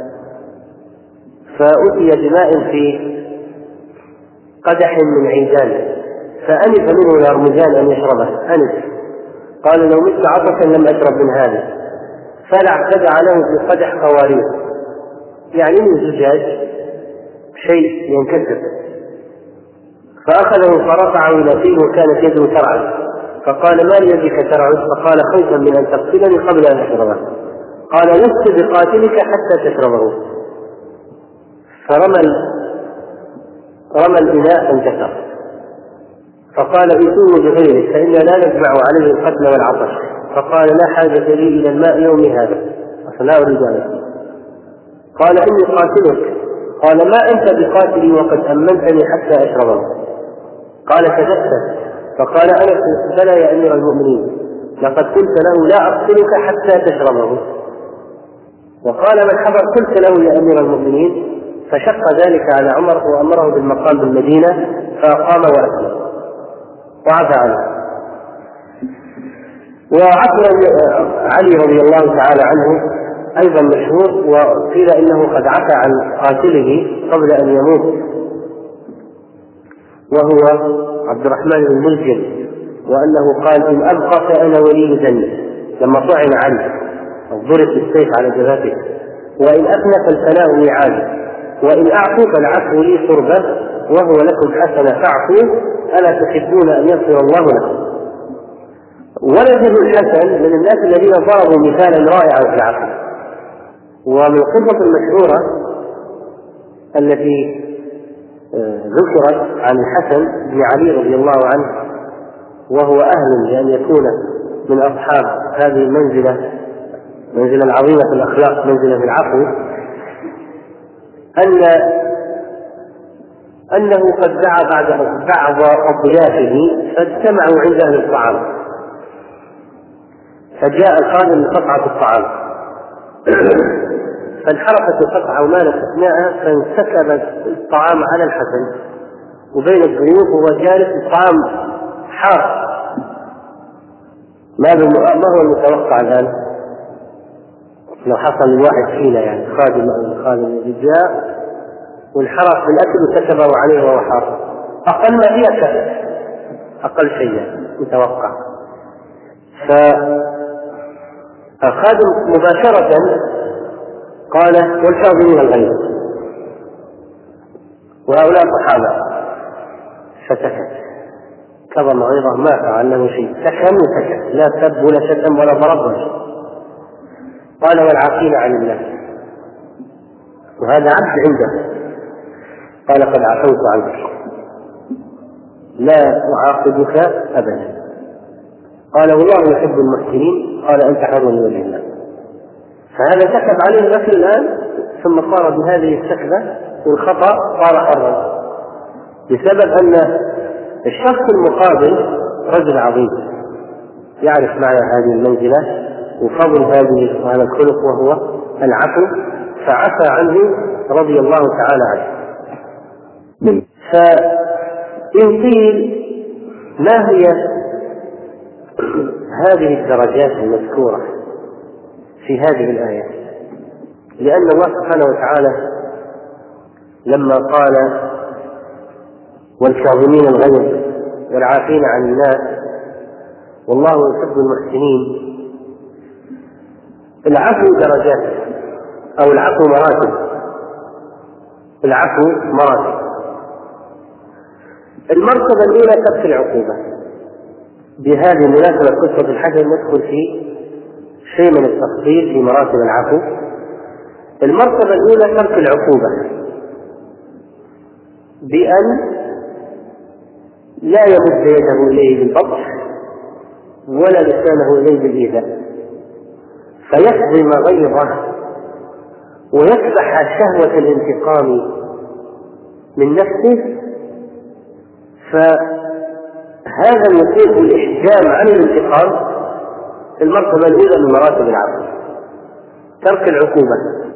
فأتي بماء في قدح من عيدان فأنف منه الهرمزان أن يشربه، أنف، قال لو مت عطشا لم أشرب من هذا، فدعا له بقدح قوارير يعني من زجاج شيء ينكسر، فأخذه فرفعه إلى فيه وكانت يده ترعد، فقال ما ليدك ترعد؟ فقال خوفا من أن تقتلني قبل أن أشربه. قال لست بقاتلك حتى تشربه، فرمى الإناء فانكسر، فقال ائتوه بغيره فإنا لا نجمع عليه القتل والعطش، فقال لا حاجة لي إلى الماء يومي هذا فلا أريد أن أشرب. قال إني قاتلك، قال ما أنت بقاتلي وقد أمنتني حتى أشربه. قال كذبت، فقال أنا بلى يا أمير المؤمنين لقد قلت له لا أقتلك حتى تشربه. وقال من حضر قلت له يا أمير المؤمنين، فشق ذلك على عمر وأمره بالمقام بالمدينة فأقام وأسلم وعفى عنه. وعفو علي رضي الله تعالى عنه أيضا مشهور، وقيل إنه قد عفى عن قاتله قبل أن يموت وهو عبد الرحمن بن ملجم، وأنه قال إن أبقى فأنا ولي ذنب لما طعن عنه ضرب بالسيف على جبهته، وإن أفنى فالفناء ميعاد، وإن أعفوا فالعفو لي قربة وهو لكم حسنة فاعفوا ألا تحبون أن يغفر الله لكم. ولده الحسن من الناس الذين ضربوا مثالا رائعا في العفو. ومن القصص المشهورة التي ذكرت عن الحسن بن علي رضي الله عنه وهو أهل لأن يكون من أصحاب هذه المنزلة العظيمة في الأخلاق، منزلة في العفو، أنه قد دعا بعض أضيافه فاجتمعوا عند أهل الطعام، فجاء الخادم لقطعة الطعام فانحرفت القطعة ومالت أثناءها فانسكب الطعام على الحسن وبين الضيوف وهو جالس الطعام حار. ما هو المتوقع الآن لو حصل الواحد فينا يعني خادم الرجال وانحرف بالأكل وكتبه عليه وهو حار، أقل ما هي كذا أقل شيء متوقع. فالخادم مباشرة قال والحاضرين الغيب وهؤلاء صحابة، فسكت كظم غيظه ما فعل له شيء، سكن وسكت، لا سب ولا شتم ولا ضرب. قال والعافين عن الله، وهذا عبد عنده، قال قد عفوت عنك لا أعاقبك أبدا. قال والله يحب المحسنين، قال أنت حر من وجه الله. فهذا سكب عليه الأكل الآن ثم صار بهذه السكبة والخطأ صار حرا بسبب أن الشخص المقابل رجل عظيم يعرف معنى هذه المنزلة وفضل هذا الخلق وهو العفو، فعفى عنه رضي الله تعالى عنه. فإن قيل ما هي هذه الدرجات المذكورة في هذه الآية؟ لأن الله سبحانه وتعالى لما قال والكاظمين الغيظ والعافين عن الناس والله يحب المحسنين. العفو درجات أو العفو مراتب. العفو مراتب. المرتبة الأولى ترك العقوبة. بهذه المناسبة قصة الحجر ندخل في شيء من التفصيل في مراتب العفو. المرتبة الأولى ترك العقوبة بأن لا يمد يده إليه بالبطش ولا لسانه إليه بالإيذاء، فيكظم غيظه ويكبح شهوة الانتقام من نفسه، فهذا يطيق الإحجام عن الانتقام. المرتبة الأولى من مراتب العفو ترك العقوبة،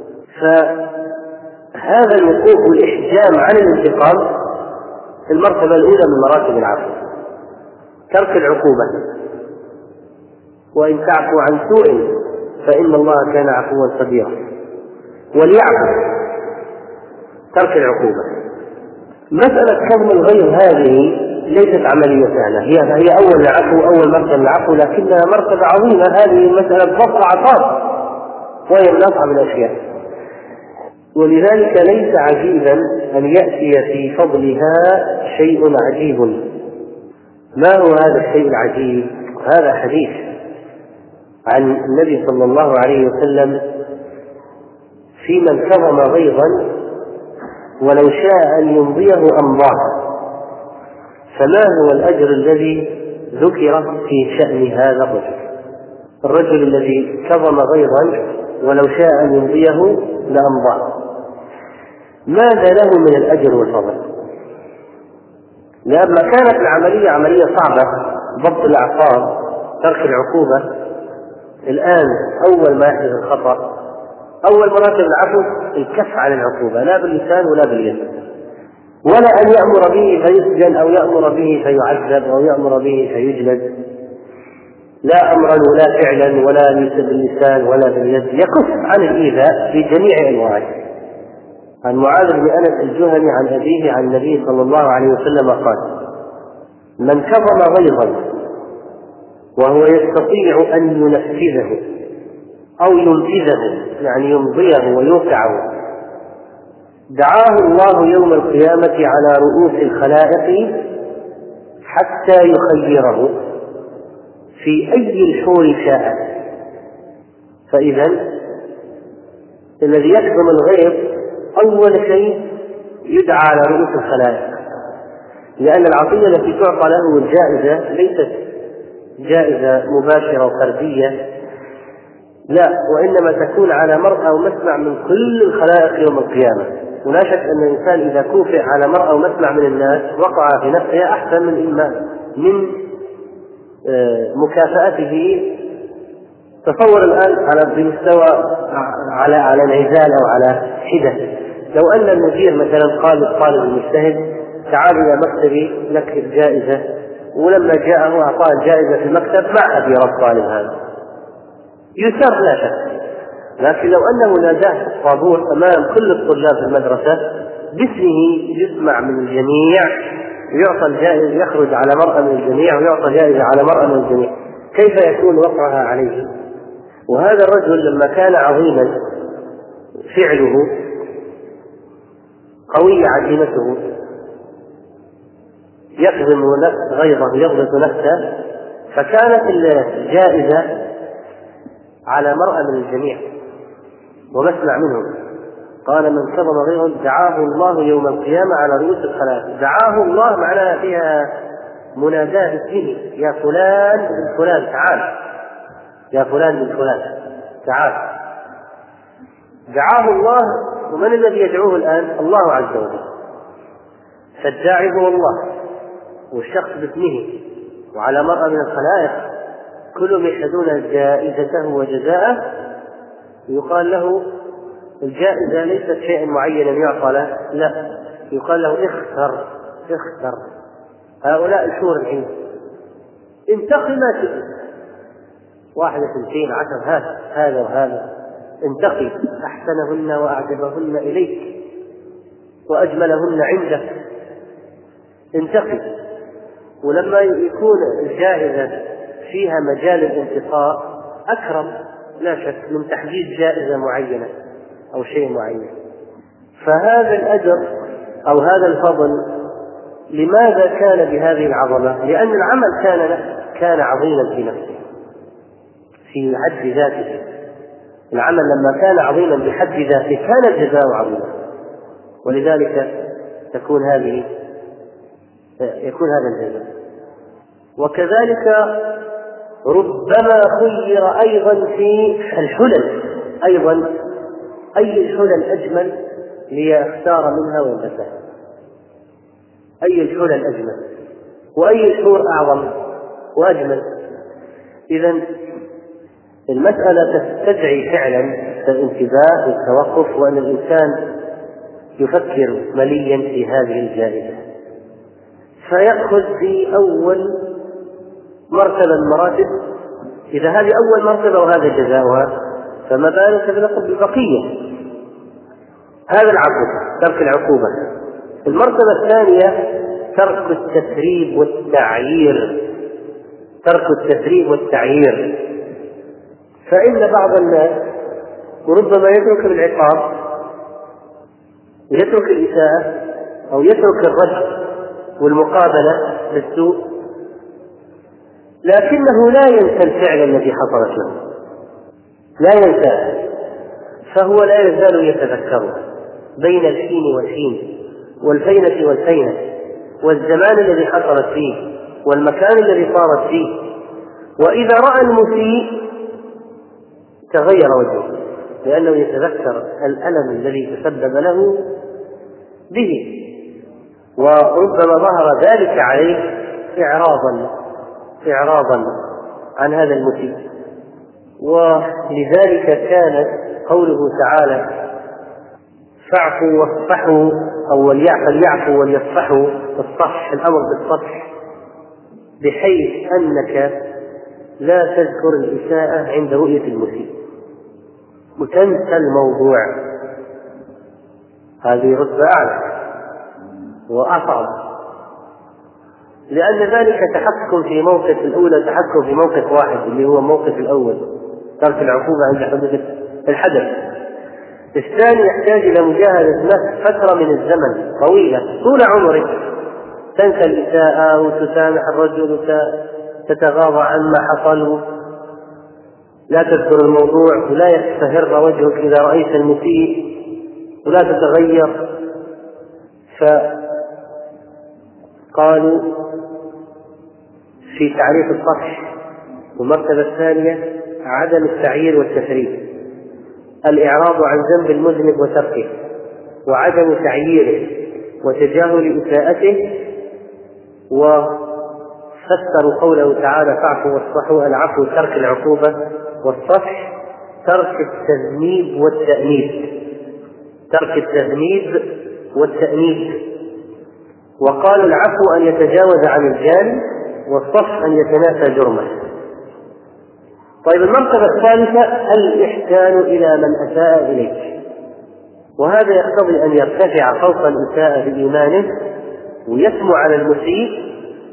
فهذا يطيق الإحجام عن الانتقام. المرتبة الأولى من مراتب العفو ترك العقوبة. وإن تعفو عن سوء فإن الله كان عفوا قديرا. وليعفو ترك العقوبة. مسألة كظم الغيظ هذه ليست عملية سهلة، هي أول عفو، أول مرتبة العفو، لكنها مرتبة عظيمة. هذه مسألة ضبط عطاء وهي من أصعب الأشياء، ولذلك ليس عجيبا أن يأتي في فضلها شيء عجيب. ما هو هذا الشيء العجيب؟ هذا حديث عن النبي صلى الله عليه وسلم في من كظم غيظا ولو شاء أن يمضيه أمضاه. فما هو الأجر الذي ذكر في شأن هذا الرجل الذي كظم غيظا ولو شاء أن يمضيه لأمضاه؟ ماذا له من الأجر والفضل؟ لما كانت العملية عملية صعبة، ضبط الأعصاب، ترك العقوبة، الآن أول ما يحدث الخطأ، أول مراتب العفو الكف عن العقوبة، لا باللسان ولا باليد، ولا أن يأمر به فيسجن أو يأمر به فيعذب أو يأمر به فيجلد، لا أمرا ولا فعلا ولا باللسان ولا باليد، يكف عن الإيذاء بجميع أنواعه. عن معاذ بن أنس الجهني عن أبيه عن النبي صلى الله عليه وسلم قال: من كظم غيظا وهو يستطيع أن ينفذه أو ينفذه، يعني يمضيه ويوقعه، دعاه الله يوم القيامة على رؤوس الخلائق حتى يخيره في أي الحور شاء. فإذا الذي يكظم الغيظ أول شيء يدعى على رؤوس الخلائق، لأن العطية التي تعطى له الجائزة ليست جائزة مباشرة وفردية، لا، وإنما تكون على مرأى ومسمع من كل الخلائق يوم القيامة. ولا شك أن الإنسان إذا كوفئ على مرأى ومسمع من الناس وقع في نفسه أحسن من مكافأته. تصور الآن على بمستوى على انعزال أو على حدة، لو أن المدير مثلا قال للطالب المجتهد: تعال إلى مكتبي لك الجائزة، ولما جاءه أعطاه الجائزة في المكتب مع أبي الطالب هذا، يسر لا شك. لكن لو أنه ناداه في الطابور أمام كل الطلاب في المدرسة باسمه، يسمع من الجميع، ويعطى الجائزة، يخرج على مرأة من الجميع ويعطى جائزة على مرأة من الجميع، كيف يكون وقعها عليه؟ وهذا الرجل لما كان عظيما فعله، قوية عزيمته، يكظم غيظه، يضبط نفسه، فكانت الجائزة على مرأة من الجميع ومسمع منهم. قال: من كظم غيظا دعاه الله يوم القيامة على رؤوس الخلائق. دعاه الله معناها فيها مناداة باسمه: يا فلان بن فلان تعال، يا فلان بن فلان تعال. دعاه الله، ومن الذي يدعوه الآن؟ الله عز وجل. فالداعي هو الله، والشخص باسمه وعلى مرأة من الخلائق، كلهم يشهدون جائزته وجزاءه، يقال له الجائزة ليست شيئا معينا يعطى له، لا، يقال له اختر هؤلاء الحور العين، انتقي ما شئت، 1 2 10 هذا وهذا، انتقي أحسنهن وأعجبهن إليك وأجملهن عندك، انتقي، ولما يكون الجائزة فيها مجال الانتقاء أكرم لا شك من تحديد جائزة معينة أو شيء معين. فهذا الأجر أو هذا الفضل لماذا كان بهذه العظمة؟ لأن العمل كان عظيما في نفسه في حد ذاته. العمل لما كان عظيما بحد ذاته كان الجزاء عظيما، ولذلك يكون هذا الجزاء. وكذلك ربما خير أيضا في الحلل، أيضا أي الحلل أجمل ليختار منها ويلبسها، أي الحلل أجمل وأي الحور أعظم وأجمل. إذن المسألة تستدعي فعلا الانتباه والتوقف، وأن الإنسان يفكر مليا في هذه الجائزة، فيأخذ في أول مرتبة المراتب. إذا هذه أول مرتبة وهذا جزاؤها، فما بالك بنقل بالبقية. هذا العفو، ترك العقوبة. المرتبة الثانية ترك التسريب والتعيير، ترك التسريب والتعيير. فإن بعض الناس ربما يترك العقاب، يترك الإساءة، أو يترك الرد والمقابلة بالسوء، لكنه لا ينسى الفعل الذي حصلت له، لا ينسى، فهو لا يزال يتذكره بين الحين والحين والفينة والفينة، والزمان الذي حصلت فيه والمكان الذي صارت فيه. وإذا رأى المسيء تغير وجهه، لأنه يتذكر الألم الذي تسبب له به، وربما ظهر ذلك عليه إعراضا عن هذا المسيء. ولذلك كان قوله تعالى فاعفوا واصفحوا، أو فليعفوا وليصفحوا، الصفح، الأمر بالصفح، بحيث أنك لا تذكر الإساءة عند رؤية المسيء وتنسى الموضوع. هذه رتبة أعلى وأصعب، لأن ذلك تحكم في موقف الأولى، تحكم في موقف واحد اللي هو موقف الأول، ترك العقوبة عند حدوث الحدث. الثاني يحتاج إلى مجاهدة نفس فترة من الزمن طويلة طول عمرك، تنسى الإساءة وتسامح الرجل وتتغاضى عما حصل، لا تذكر الموضوع، ولا يستهر وجهك إذا رأيت المسيء، ولا تتغير. فقالوا في تعريف الصفح والمرتبة الثانية عدم التعيير والتفريق، الإعراض عن ذنب المذنب وتركه، وعدم تعييره وتجاهل إساءته. وفسروا قوله تعالى فاعفوا واصفحوا، العفو ترك العقوبة، والصفح ترك التذنيب والتأنيب، ترك التذنيب والتأنيب. وقالوا العفو أن يتجاوز عن الجاني، والصفح أن يتناسى جرمه. طيب المرتبة الثالثة الإحسان إلى من أساء إليك، وهذا يقتضي أن يرتفع فوق الإساءة بإيمانه ويسمو على المسيء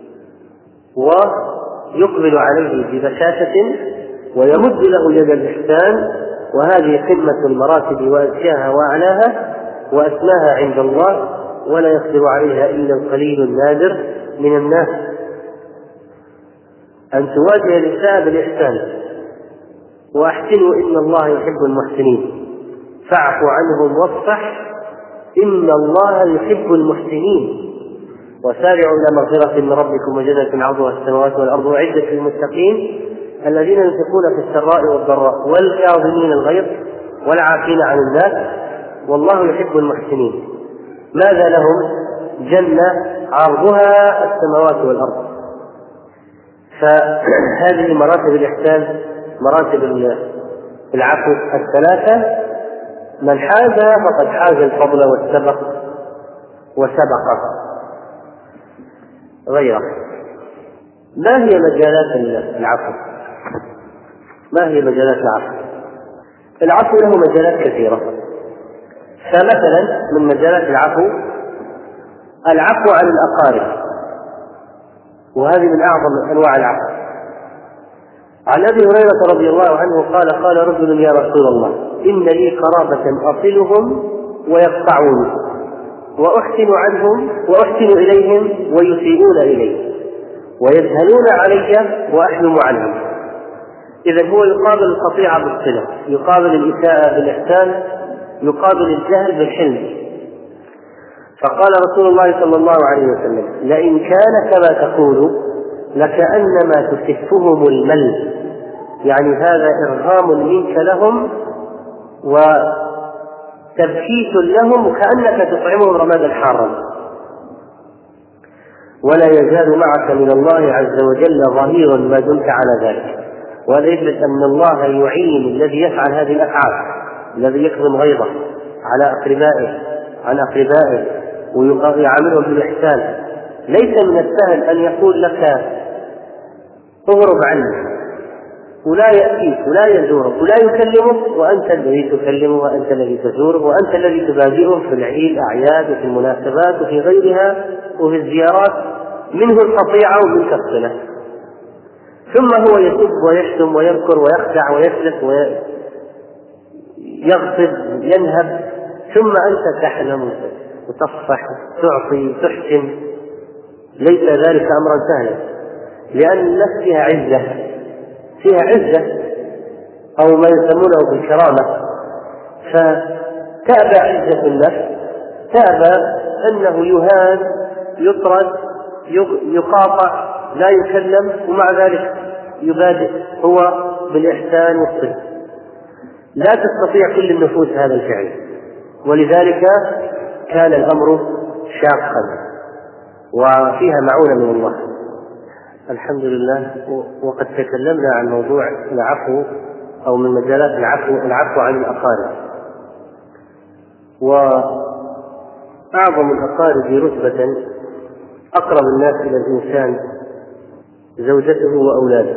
ويقبل عليه ببشاشة ويمد له يد الإحسان. وهذه قمة المراتب وأزكاها وأعلاها وأسماها عند الله، ولا يقدر عليها إلا القليل النادر من الناس. أن تواجه الإساءة بالإحسان، وأحسنوا إن الله يحب المحسنين، فاعفوا عنهم واصفح إن الله يحب المحسنين، وسارعوا إلى مغفرة من ربكم وجنة عرضها السماوات والأرض أعدت للمتقين الذين ينفقون في السراء والضراء والكاظمين الغيظ والعافين عن الناس والله يحب المحسنين. ماذا لهم؟ جنة عرضها السماوات والأرض. فهذه مراتب الإحسان، مراتب العفو الثلاثة. من حازها فقد حاز الفضل وسبق غيره. ما هي مجالات العفو؟ ما هي مجالات العفو؟ العفو له مجالات كثيرة. فمثلا من مجالات العفو عن الأقارب، وهذه من أعظم أنواع العفو. عن أبي هريرة رضي الله عنه قال قال رجل يا رسول الله إن لي قرابة أصلهم ويقطعوني وأحسن عنهم وأحسن إليهم ويسيئون إلي ويجهلون علي وأحلم عنهم. إذن هو يقابل القطيعة بالصلة، يقابل الإساءة بالإحسان، يقابل الجهل بالحلم. فقال رسول الله صلى الله عليه وسلم لئن كان كما تقول لكأنما تسفهم المل، يعني هذا إرغام منك لهم وتبكيت لهم وكأنك تطعمهم رمادا حارا، ولا يزال معك من الله عز وجل ظهير ما دمت على ذلك. وهذا يثبت أن الله يعين الذي يفعل هذه الأفعال، الذي يكظم غيظه على أقربائه ويعاملهم بالإحسان. ليس من السهل أن يقول لك اغرب عني ولا يأتيك ولا يزورك ولا يكلمك، وأنت الذي تكلمه وأنت الذي تزوره وأنت الذي تبادئه في الأعياد وفي المناسبات وفي غيرها وفي الزيارات، منه القطيعة ومنك الصلة. ثم هو يسب ويشتم ويذكر ويخدع ويسلك ويغصب ينهب، ثم أنت تحلم وتصفح تعطي تحسن. ليس ذلك أمرا سهلا، لأن النفس فيها عزة أو ما يسمونه بالكرامة، فتأبى عزة النفس، تأبى أنه يهان يطرد يقاطع لا يكلم، ومع ذلك يبادئ هو بالإحسان والصدق. لا تستطيع كل النفوس هذا الفعل، ولذلك كان الأمر شاقا وفيها معونة من الله. الحمد لله. وقد تكلمنا عن موضوع العفو أو من مجالات العفو عن الأقارب. وأعظم الأقارب رتبة أقرب الناس إلى الإنسان زوجته وأولاده،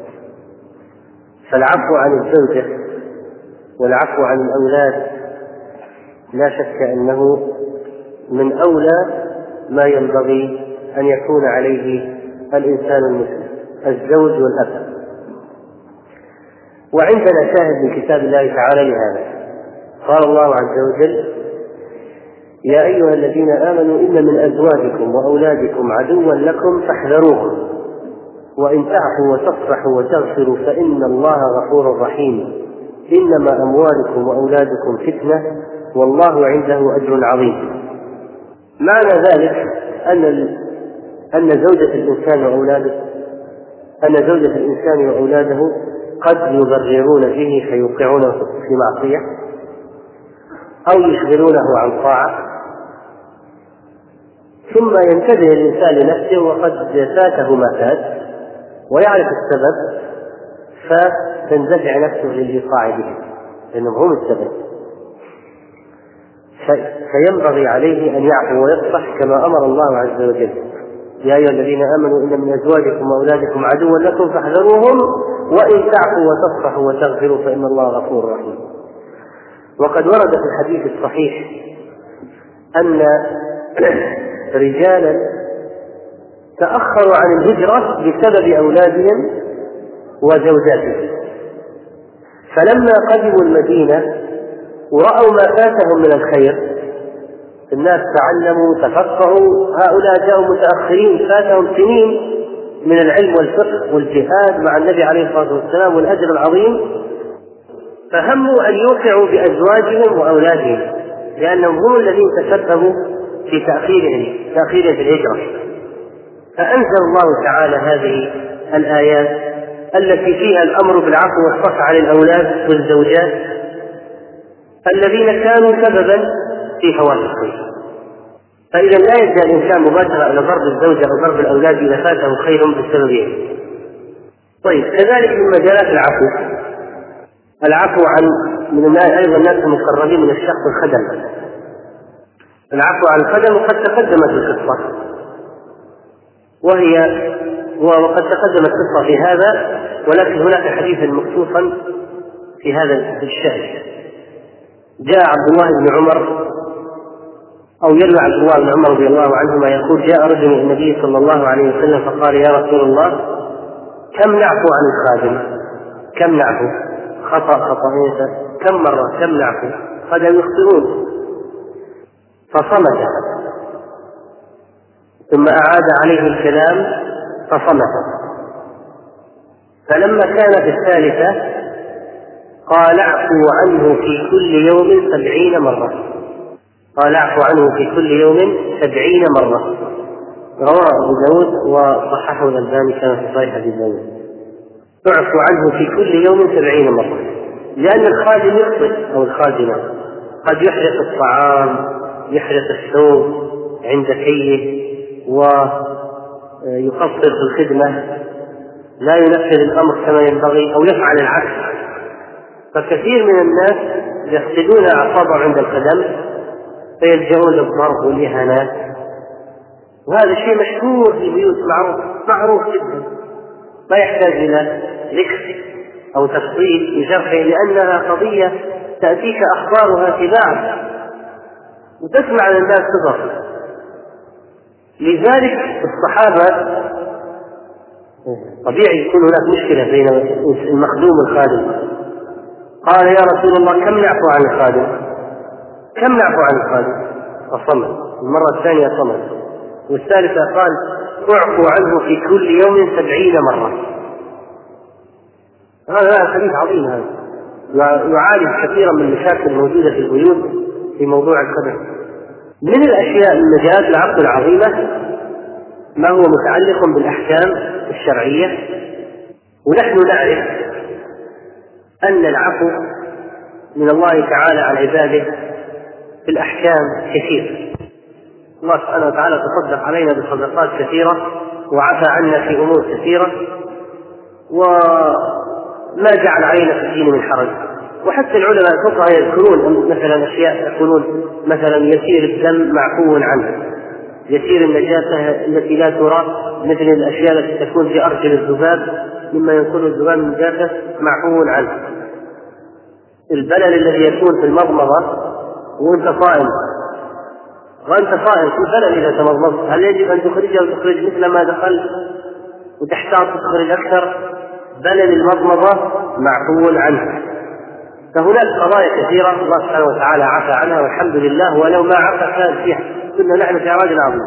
فالعفو عن الزوجة والعفو عن الأولاد لا شك أنه من أولى ما ينبغي أن يكون عليه الإنسان المسلم، الزوج والأب. وعندنا شاهد من كتاب الله تعالى لهذا. قال الله عز وجل يا أيها الذين آمنوا إن من أزواجكم وأولادكم عدوا لكم فاحذروهم وإن تعفوا وتصفحوا وتغفروا فإن الله غفور رحيم إنما أموالكم وأولادكم فتنة والله عنده أجر عظيم. معنى ذلك أن زوجة الإنسان وأولاده قد يضررون به فيوقعونه في معصية أو يشغلونه عن طاعة، ثم ينتبه الإنسان لنفسه وقد فاته ما فات ويعرف السبب فتندفع نفسه للإيقاع به لأنهم هم السبب. فينبغي عليه أن يعفو ويصفح كما أمر الله عز وجل يا أيها الذين آمنوا إن من أزواجكم وأولادكم عدوا لكم فاحذروهم وإن تعفوا وتصفحوا وتغفروا فإن الله غفور رحيم. وقد ورد في الحديث الصحيح أن رجالا تأخروا عن الهجرة بسبب أولادهم وزوجاتهم، فلما قدموا المدينة ورأوا ما فاتهم من الخير، الناس تعلموا تفقهوا، هؤلاء جاءوا متأخرين فاتهم سنين من العلم والفقه والجهاد مع النبي عليه الصلاة والسلام والأجر العظيم، فهموا أن يوقعوا بأزواجهم وأولادهم لأنهم هم الذين تسببوا في تأخيرهم في الهجرة. فأنزل الله تعالى هذه الآيات التي فيها الأمر بالعفو والصفح عن الأولاد والزوجات الذين كانوا سببا في فوات الخير. فإذا لا يلجأ الإنسان مباشرة إلى ضرب الزوجة أو ضرب الأولاد إذا فاته خير بسببهم. طيب، كذلك من مجالات العفو عن أيضا الناس المقربين من الشخص الخدم. العفو عن الخدم وقد تقدمت القصة وقد تقدمت القصة في هذا، ولكن هناك حديثا مخصوصا في هذا الشأن. جاء عبد الله بن عمر أو يروي عبد الله بن عمر رضي الله عنهما يقول: جاء رجل إلى النبي صلى الله عليه وسلم فقال: يا رسول الله، كم نعفو عن الخادم؟ كم نعفو؟ خطأين، كم مرة؟ كم نعفو؟ قد يخطئون. فصمت، ثم أعاد عليه الكلام فصمت. فلما كانت الثالثة قال: اعفو عنه في كل يوم 70 مرة. قال: اعفو عنه في كل يوم 70 مرة. رواه أبو داود وصححه الألباني كما في صحيح أبي داود. اعفو عنه في كل يوم 70 مرة، لأن الخادم يخطئ أو الخادمة قد يحرق الطعام، يحرق الثوب عند كيه، ويقصر في الخدمة، لا ينفذ الأمر كما ينبغي، أو يفعل العكس. فكثير من الناس يفقدون أعصابهم عند الخدم فيلجؤون للضرب والإهانات، وهذا شيء مشهور في البيوت، معروف جدا، لا يحتاج إلى ذكر أو تفصيل لشرحه، لأنها قضية تأتيك أخبارها تباعا وتسمع الناس تضر. لذلك الصحابة طبيعي يكون هناك مشكلة بين المخدوم والخادم. قال: يا رسول الله، كم نعفو عن الخادم؟ كم نعفو عن الخادم؟ فصمت. المرة الثانية صمت، والثالثة قال: اعفو عنه في كل يوم 70 مرة. هذا حديث عظيم، هذا يعالج كثيرا من المشاكل الموجودة في البيوت في موضوع الخدم. من الأشياء المجالات العفو العظيمة ما هو متعلق بالأحكام الشرعية، ونحن نعرف أن العفو من الله تعالى عن عباده في الأحكام كثير. الله سبحانه وتعالى تصدق علينا بصدقات كثيرة، وعفى عنا في أمور كثيرة، وما جعل علينا في الدين من حرج. وحتى العلماء الفقهاء يذكرون مثلا أشياء، يقولون مثلا يسير الدم معفو عنه، يسير النجاسة التي لا ترى، مثل الأشياء التي تكون في أرجل الذباب مما يكون الذباب من نجاسة معفو عنه. البلل الذي يكون في المضمضة وأنت صائم، في بلل إذا تمضمضت، هل يجب أن تخرجه أو تخرج مثل ما دخل وتحتاط تخرج أكثر؟ بلل المضمضة معفو عنه. فهناك قضايا كثيرة الله سبحانه وتعالى عفى عنها والحمد لله، ولو ما عفى كان فيها كنا نحن في عراج عظيم.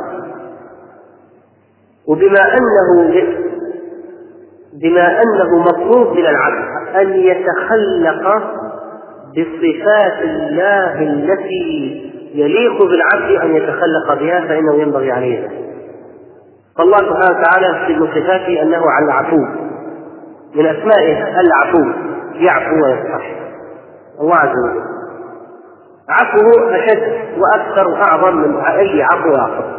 بما أنه مطلوب من العبد أن يتخلق بصفات الله التي يليق بالعبد أن يتخلق بها، فإنه ينبغي عليه ذلك. فالله سبحانه وتعالى من صفاته أنه على العفو، من أسمائه العفو، يعفو ويصفح. الله عز وجل عفوه أشد وأكثر وأعظم من أي عفو آخر.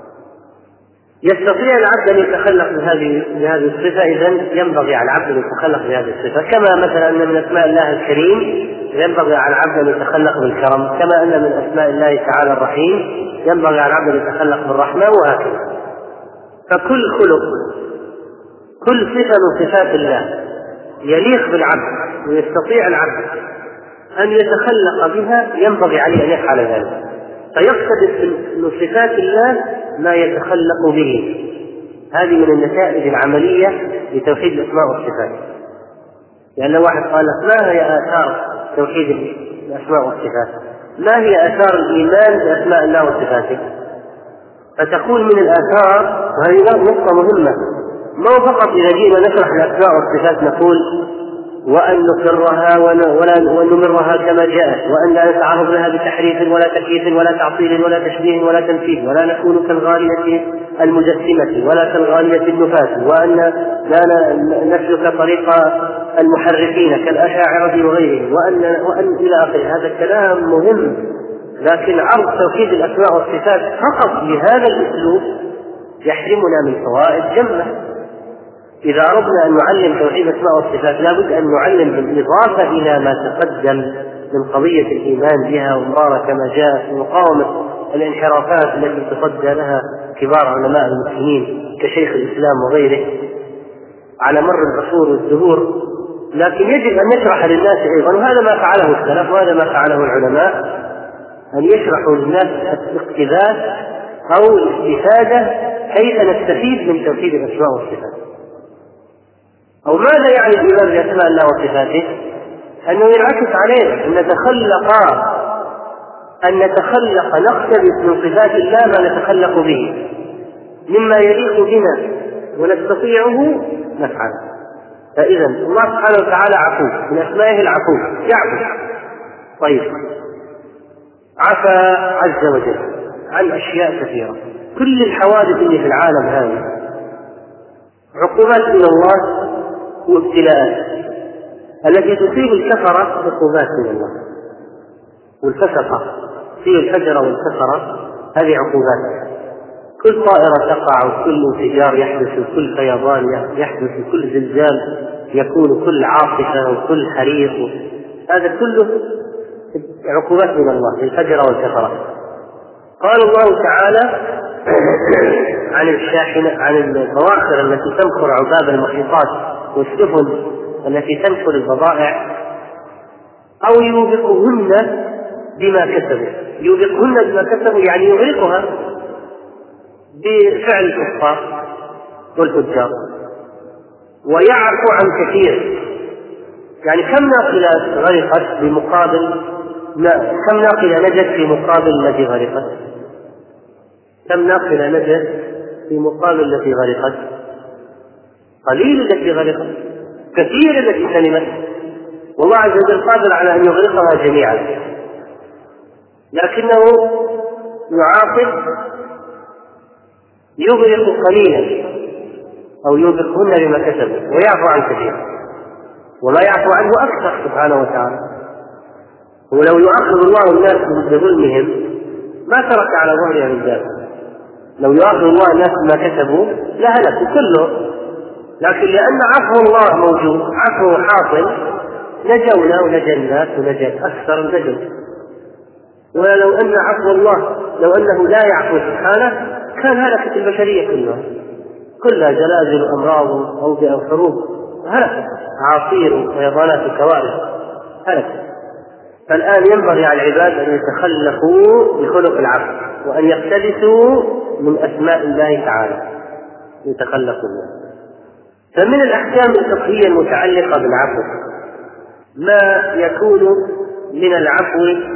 يستطيع العبد أن يتخلق بهذه الصفة، إذن ينبغي على العبد أن يتخلق بهذه الصفة. كما مثلا أن من أسماء الله الكريم ينبغي على العبد أن يتخلق بالكرم، كما أن من أسماء الله تعالى الرحيم ينبغي على العبد أن يتخلق بالرحمة، وهكذا. فكل خلق، كل صفة من صفات الله يليق بالعبد ويستطيع العبد أن يتخلق بها ينبغي عليه أن يفعل ذلك. فيقتضي من صفات الله ما يتخلق به. هذه من النتائج العملية لتوحيد الأسماء والصفات. لأن يعني واحد قال لك: ما هي آثار توحيد الأسماء والصفات؟ ما هي آثار الإيمان بأسماء الله وصفاته؟ فتكون من الآثار، وهذه نقطة مهمة، ما فقط إذا جينا نشرح الأسماء والصفات نقول وأن نقرها ونمرها كما جاءت، وأن لا نتعرض لها بتحريف ولا تكييف ولا تعطيل ولا تشبيه ولا تمثيل، ولا نكون كالغالية المجسمة ولا كالغالية النفاة، وأن لا نسلك طريق المحرفين كالأشاعرة وغيرهم، وأن إلى آخره. هذا الكلام مهم، لكن عرض توحيد الأسماء والصفات فقط بهذا الأسلوب يحرمنا من فوائد جمة. إذا أردنا أن نعلم توحيد الأسماء والصفات لابد أن نعلم بالإضافة إلى ما تقدم من قضية الإيمان بها ومرارة كما جاء، ومقاومة الانحرافات التي تصدى لها كبار علماء المسلمين كشيخ الإسلام وغيره على مر العصور والدهور. لكن يجب أن نشرح للناس أيضا، وهذا ما فعله السلف وهذا ما فعله العلماء، أن يشرحوا للناس الاقتباس أو الاستفادة كيف نستفيد من توحيد الأسماء والصفات. أو ماذا يعني الإيمان بأسماء الله وصفاته؟ أنه ينعكس علينا أن نتخلق نقتبس من صفات الله ما نتخلق به مما يليق بنا ونستطيعه نفعل. فإذا الله سبحانه وتعالى عفو، من أسمائه العفو، يعفو. طيب، عفى عز وجل عن أشياء كثيرة. كل الحوادث اللي في العالم هذه عقوبات من الله وابتلاءات، التي تصيب الكفرة عقوبات من الله، والفسقة تصيب الفجر والكفرة هذه عقوبات. كل طائرة تقع وكل انفجار يحدث وكل فيضان يحدث وكل زلزال يكون، كل عاصفة وكل حريق، هذا كله عقوبات من الله للفجر والكفرة. قال الله تعالى عن البواخر التي تنخر عباب المحيطات والسفن التي تنخر البضائع، أو يوبقهن بما كسبوا يعني يغرقها بفعل الكفار والفجار. ويعفو عن كثير، يعني كم ناقلة غرقت بمقابل كم ناقلة نجت في مقابل التي غرقت؟ كم ناقلة نجت في مقابل التي غرقت؟ قليل التي غرقت، كثير التي سلمت. والله عز وجل قادر على أن يغرقها جميعا، لكنه يعاقب، يغرق قليلا أو يوبقهن بما كسبوا ويعفو عن كثير، وما يعفو عنه أكثر سبحانه وتعالى. ولو يؤاخذ الله الناس بظلمهم ما ترك على ظهرها من ذلك. لو يؤاخذ الله الناس بما كسبوا لهلكوا كله، لكن لأن عفو الله موجود، عفو حاصل، نجونا ونجى الناس ونجى أكثر النجو. ولو أن عفو الله لو أنه لا يعفو سبحانه كان هلكت البشرية كلها زلازل وأمراض وأوبئة وحروب، هلكت عاصير وفيضانات وكوارث، هلكت. فالآن ينبغي على العباد أن يتخلقوا بخلق العفو وأن يقتبسوا من أسماء الله تعالى، يتخلقوا منه. فمن الأحكام الفقهية المتعلقة بالعفو ما يكون من العفو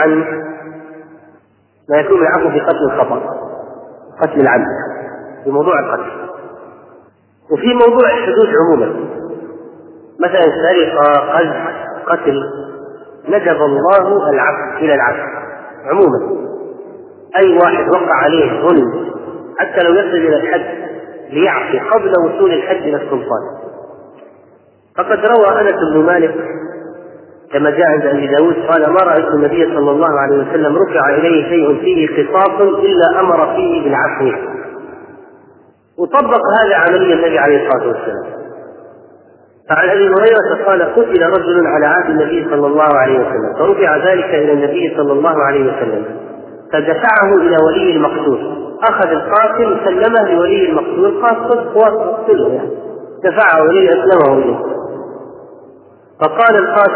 في قتل الخطأ، قتل العمد، في موضوع القتل، وفي موضوع الحدود عموما، مثلا سرقة، قذف، قتل، ندب الله العفو إلى العفو عموما. أي واحد وقع عليه ظلم حتى لو يصل إلى الحد ليعفو قبل وصول الحد إلى السلطان. فقد روى أنس بن مالك كما جاء عند أبي داود قال: ما رأيت النبي صلى الله عليه وسلم رفع إليه شيء فيه قصاص إلا أمر فيه بالعفو. وطبق هذا عملية النبي عليه الصلاة والسلام. فعن أبي هريرة قال: قتل رجل على عهد النبي صلى الله عليه وسلم، فرفع ذلك إلى النبي صلى الله عليه وسلم، فدفعه إلى ولي المقتول، أخذ القاتل سلمه لولي المقتول، قاتله يعني دفعه ولي أسلمه إليه. فقال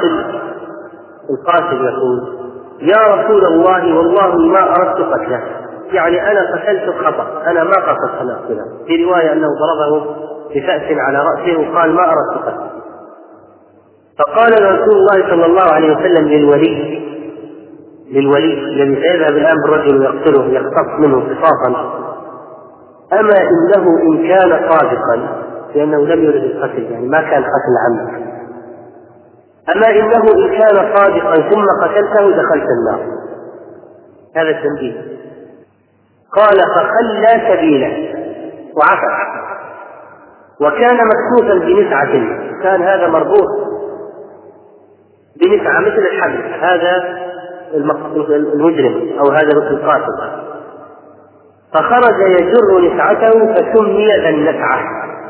القاتل يقول: يا رسول الله والله ما أردت قتله، يعني أنا قتلت خطأ، أنا ما قصدت أن أقتله. في رواية أنه ضربه بفأس على رأسه وقال: ما أردت قتله. فقال رسول الله صلى الله عليه وسلم للولي الذي سيذهب الآن بالرجل ويقتله يقتص منه قصاصا: أما إنه إن كان صادقا، لأنه لم يرد القتل، يعني ما كان قتل عمد، أما إنه إن كان صادقا ثم قتلته دخلت النار. هذا التنبيه. قال: فخلى سبيله وعفى، وكان مكتوفا بنسعة، كان هذا مربوط بنسعة مثل الحبل، هذا المجرم أو هذا القاتل، فخرج يجر نسعته فسمي ذا النسعة،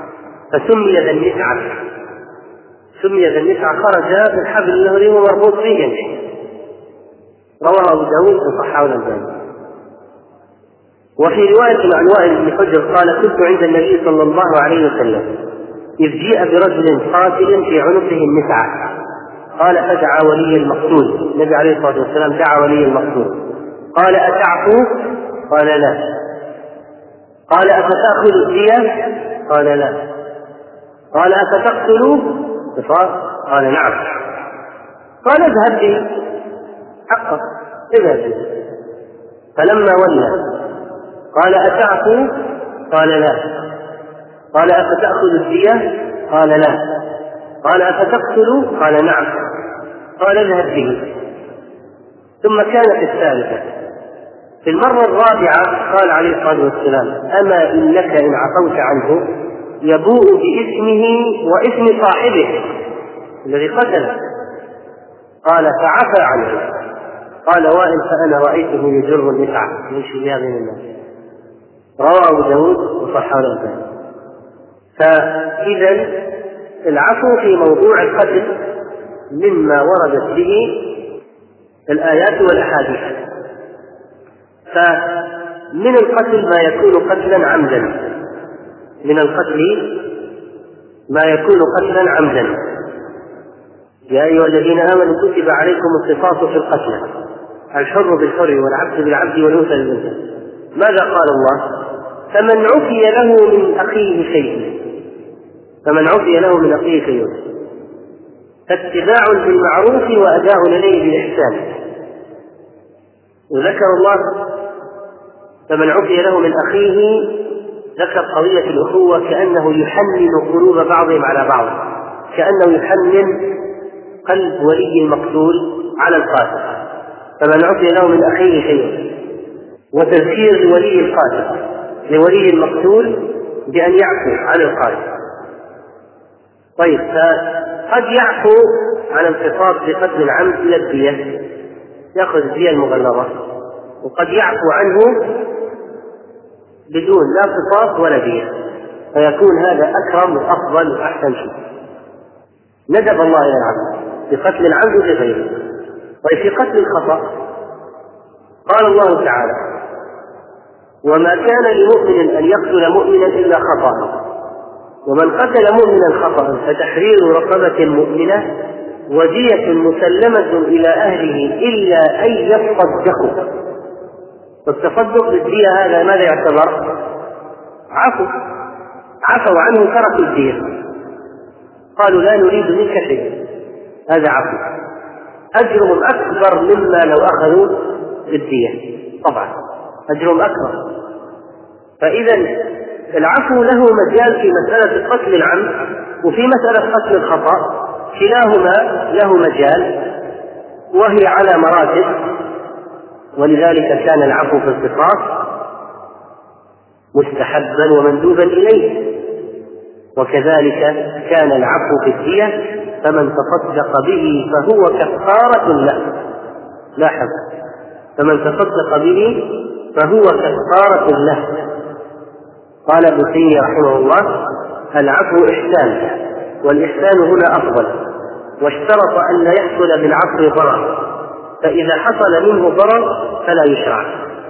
سمي ذا النسعة، خرج بالحبل الذي هو مربوط به. رواه أبو داود وصححه الألباني. وفي رواية عن وائل بن حجر قال: كنت عند النبي صلى الله عليه وسلم إذ جيء برجل قاتل في عنقه النسعة، قال: فدعا ولي المقتول. النبي عليه الصلاة والسلام دعا ولي المقتول قال أتعفو؟ قال لا. قال أفتأخذ الدية؟ قال لا. قال أفتقتل؟ قال نعم. قال اذهب به حقه، اذهب به. فلما ولى قال أتعفو؟ قال لا. قال أفتأخذ الدية؟ قال لا. قال أفتقتل؟ قال نعم. قال اذهب به. ثم كانت الثالثة. في المرة الرابعة قال عليه الصلاة والسلام: أما إنك إن عفوت عنه يبوء باسمه واسم صاحبه الذي قتله. قال فعفى عنه. قال وائل: فأنا رأيته يجر النفع يمشي بها بين الناس. رواه أبو داود وصححه الألباني. فإذا العفو في موضوع القتل مما وردت به الآيات والأحاديث. فمن القتل ما يكون قتلا عمدا، من القتل ما يكون قتلا عمدا. يا أيها الذين آمنوا كتب عليكم القصاص في القتلى، الحر بالحر والعبد بالعبد والأنثى بالأنثى. ماذا قال الله؟ فمن عفي له من أخيه شيء، فمن عفي له من أخيه شيء فاتباع بالمعروف وأداء إليه بالإحسان. وذكر الله فمن عفي له من أخيه، ذكر قضية الأخوة كأنه يحنن قلوب بعضهم على بعض، كأنه يحنن قلب ولي المقتول على القاتل. فمن عفي له من أخيه شيء، وتذكير ولي القاتل لولي المقتول بأن يعفو عن القاتل. طيب، فقد يعفو عن القصاص بقتل العمد إلى الدية، يأخذ الدية المغلظة، وقد يعفو عنه بدون لا قصاص ولا دية، فيكون هذا أكرم وأفضل وأحسن شيء. ندب الله إلى العبد بقتل العمد وغيره. طيب، في قتل الخطأ قال الله تعالى: وما كان لمؤمن أن يقتل مؤمنا إلا خطأ، ومن قتل مؤمنا خطأ فتحرير رقبة مؤمنة ودية مسلمة إلى أهله إلا أن يصدقوا. والتصدق بالدية هذا ماذا يعتبر؟ عفوا عنه، تركوا الدية، قالوا لا نريد منك شيء، هذا عفو. أجرهم أكبر مما لو أخذوا الدية، طبعا أجرهم أكبر. فإذا العفو له مجال في مسألة قتل العمد وفي مسألة قتل الخطأ، كلاهما له مجال وهي على مراتب. ولذلك كان العفو في القصاص مستحبا ومندوبا إليه، وكذلك كان العفو في الدية، فمن تصدق به فهو كفارة له. لاحظ، فمن تصدق به فهو كفارة له. قال ابن تيمية رحمه الله: العفو إحسان، والإحسان هنا أفضل، واشترط أن لا يحصل بالعفو ضرر، فإذا حصل منه ضرر فلا يشرع.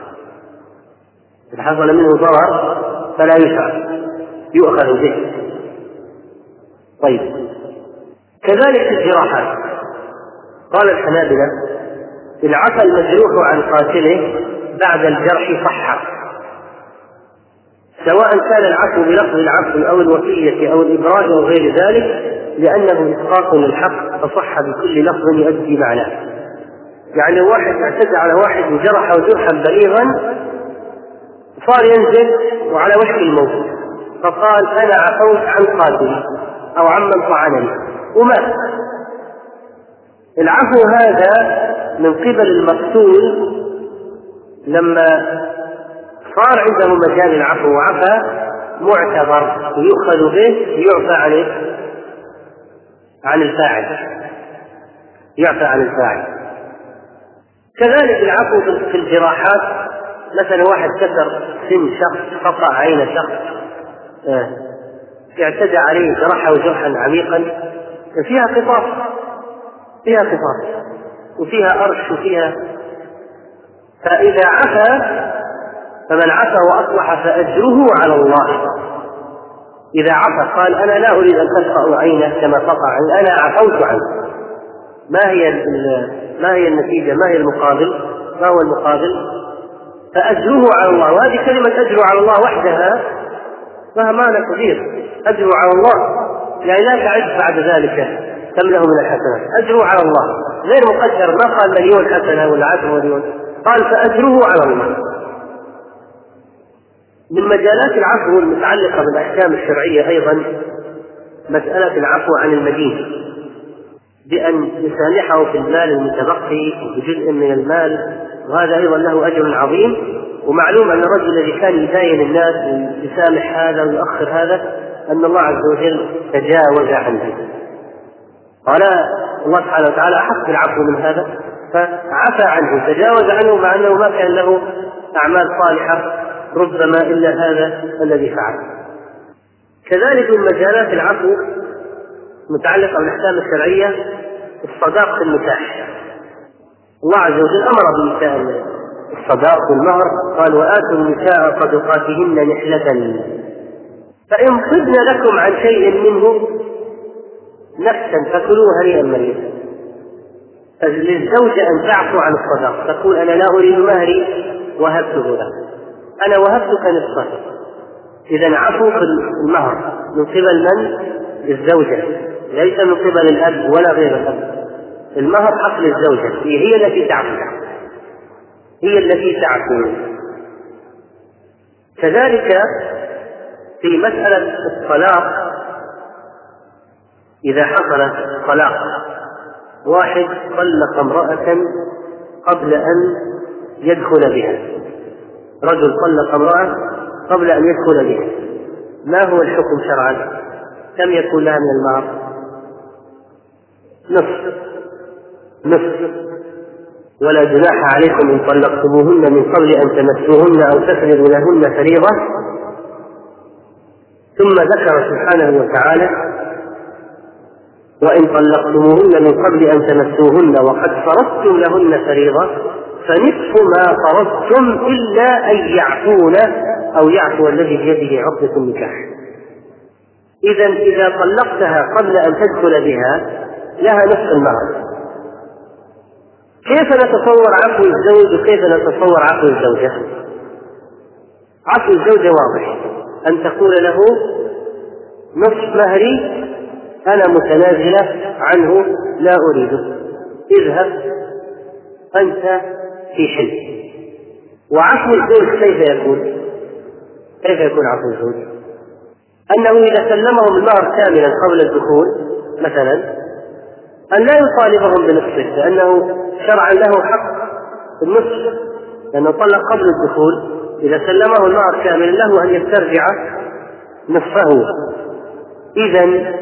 إذا حصل منه ضرر فلا يشرع، يؤخذ به. طيب، كذلك في الجراحات قال الحنابلة: إن عفى المجروح عن قاتله بعد الجرح صح، سواء كان العفو بلفظ العفو أو الوصية أو الإبراء أو غير ذلك، لأنه إسقاط للحق فصح بكل لفظ يؤدي معناه. يعني لو واحد اعتدى على واحد وجرحه جرحا بليغا صار ينزل وعلى وشك الموت، فقال: أنا عفوت عن قاتلي أو عمن طعنني، ومات. العفو هذا من قبل المقتول لما صار عنده مجال العفو وعفى معتبر ويؤخذ به، يعفى عن الفاعل، يعفى عن الفاعل. كذلك العفو في الجراحات، مثلا واحد كسر سن شخص، قطع عين شخص، اعتدى عليه جرحه جرحا عميقا، فيها قصاص، وفيها أرش وفيها. فإذا عفى، فمن عفى وأصلح فأجره على الله. إذا عفى قال: أنا لا أريد أن تقطع عينه كما قطع، أنا عفوت عنه. ما هي النتيجة؟ ما هي المقابل؟ ما هو المقابل؟ فأجره على الله. وهذه كلمة أجره على الله وحدها لها معنى كبير. أجره على الله يعني لا تعد بعد ذلك كم له من الحسنات، أجره على الله غير مقدر. ما قال مليون حسنة ولا 10 مليون، قال فأجره على الله. من مجالات العفو المتعلقة بالأحكام الشرعية أيضا مسألة العفو عن المدين، بأن يسامحه في المال المتبقي بجزء من المال، وهذا أيضا له أجر عظيم. ومعلوم أن الرجل الذي كان يداين الناس ويسامح هذا ويؤخر هذا أن الله عز وجل تجاوز عنه. قال الله سبحانه وتعالى أحق بالعفو من هذا فعفى عنه، تجاوز عنه، مع أنه ما كان له أعمال صالحة ربما إلا هذا الذي فعل. كذلك من مجالات العفو متعلقة بالأحكام الشرعية الصداق في النكاح. الله عز وجل أمر بإيتاء الصداق والمهر، قال وآتوا النساء صدقاتهن نحلة فإن طبن لكم عن شيء منه نفسا فكلوه هنيئا مريئا. للزوجة أن تعفو عن الصداق، تقول أنا لا أريد مهري وهبته له، أنا وهبتك نصفه. إذا عفو في المهر من قبل من؟ للزوجة، ليس من قبل الأب ولا غير الأب. المهر حق للزوجة، هي التي تعفو، هي التي تعفو. كذلك في مسألة الطلاق، إذا حصل طلاق، واحد طلق امرأة قبل أن يدخل بها، رجل طلق امرأة قبل أن يدخل بها، ما هو الحكم شرعا؟ كم يكون لها من المهر؟ نصف. ولا جناح عليكم إن طلقتموهن من قبل أن تمسوهن أو تفرضوا لهن فريضة. ثم ذكر سبحانه وتعالى وإن طلقتموهن من قبل أن تمسوهن وقد فرضتم لهن فريضة فنصف ما فرضتم إلا أن يعفون أو يعفو الذي بيده عقدة النكاح. إذا طلقتها قبل أن تدخل بها لها نصف المهر. كيف نتصور عفو الزوج وكيف نتصور عفو الزوجة؟ عفو الزوجة واضح، أن تقول له نصف مهري أنا متنازلة عنه لا أريده، اذهب أنت في حل. وعفو الزوج كيف يكون؟ كيف يكون عفو الزوج؟ أنه إذا سلمهم المهر كاملا قبل الدخول مثلا أن لا يطالبهم بنصفه، لأنه شرعا له حق النصف، لأنه طلق قبل الدخول. إذا سلمه المهر كاملا له أن يسترجع نصفه. إذن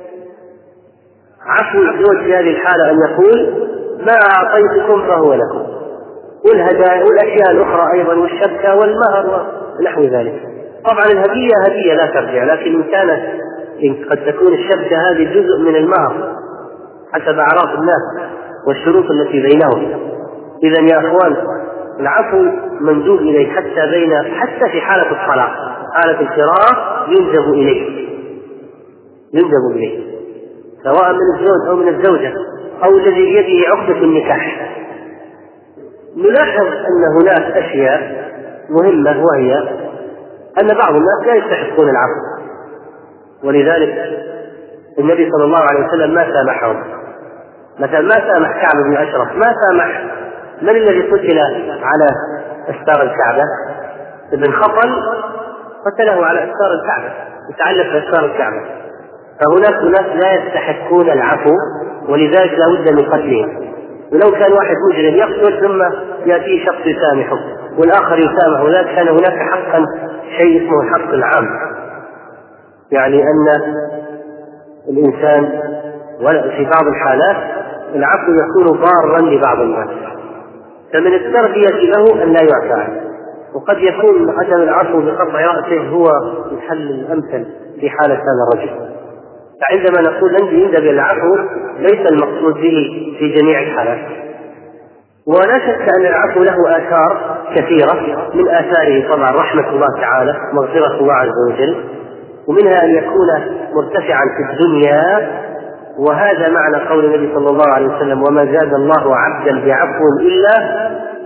عفو الزوج في هذه الحالة أن يقول ما أعطيتكم فهو لكم، والهدايا والأشياء الأخرى أيضا والشبكة والمهر ونحو ذلك. طبعا الهدية هدية لا ترجع، لكن إن قد تكون الشبكة هذه جزء من المهر حسب أعراف الناس والشروط التي بينهم. إذن يا أخوان العفو مندوب إليه حتى في حالة الطلاق، حالة الفراق ينجب إليه سواء من الزوج أو من الزوجة أو الذي بيده عقدة النكاح. نلاحظ أن هناك أشياء مهمة، وهي أن بعض الناس لا يستحقون العفو، ولذلك النبي صلى الله عليه وسلم ما سامحهم. مثلا ما سامح كعب بن أشرف، ما سامح من الذي قتل على أستار الكعبة؟ ابن خطل قتله على أستار الكعبة، يتعلق بأستار الكعبة. فهناك ناس لا يستحقون العفو، ولذلك لا بد من قتلهم. ولو كان واحد مجرم يقتل ثم يأتي شخص يسامحه والآخر يسامح، وذلك كان هناك حقا شيء اسمه الحق العام، يعني أن الإنسان في بعض الحالات العفو يكون ضارا لبعض الناس، فمن التربية له أن لا يعفى عنه. وقد يكون عدم العفو بقطع رأسه هو الحل الأمثل في حالة هذا الرجل. فعندما نقول يندب العفو ليس المقصود به في جميع الحالات. ولا شك أن العفو له آثار كثيرة، من آثاره طبعا رحمة الله تعالى، مغفرة الله عز وجل، ومنها أن يكون مرتفعا في الدنيا. وهذا معنى قول النبي صلى الله عليه وسلم وما زاد الله عبدا بعفو إلا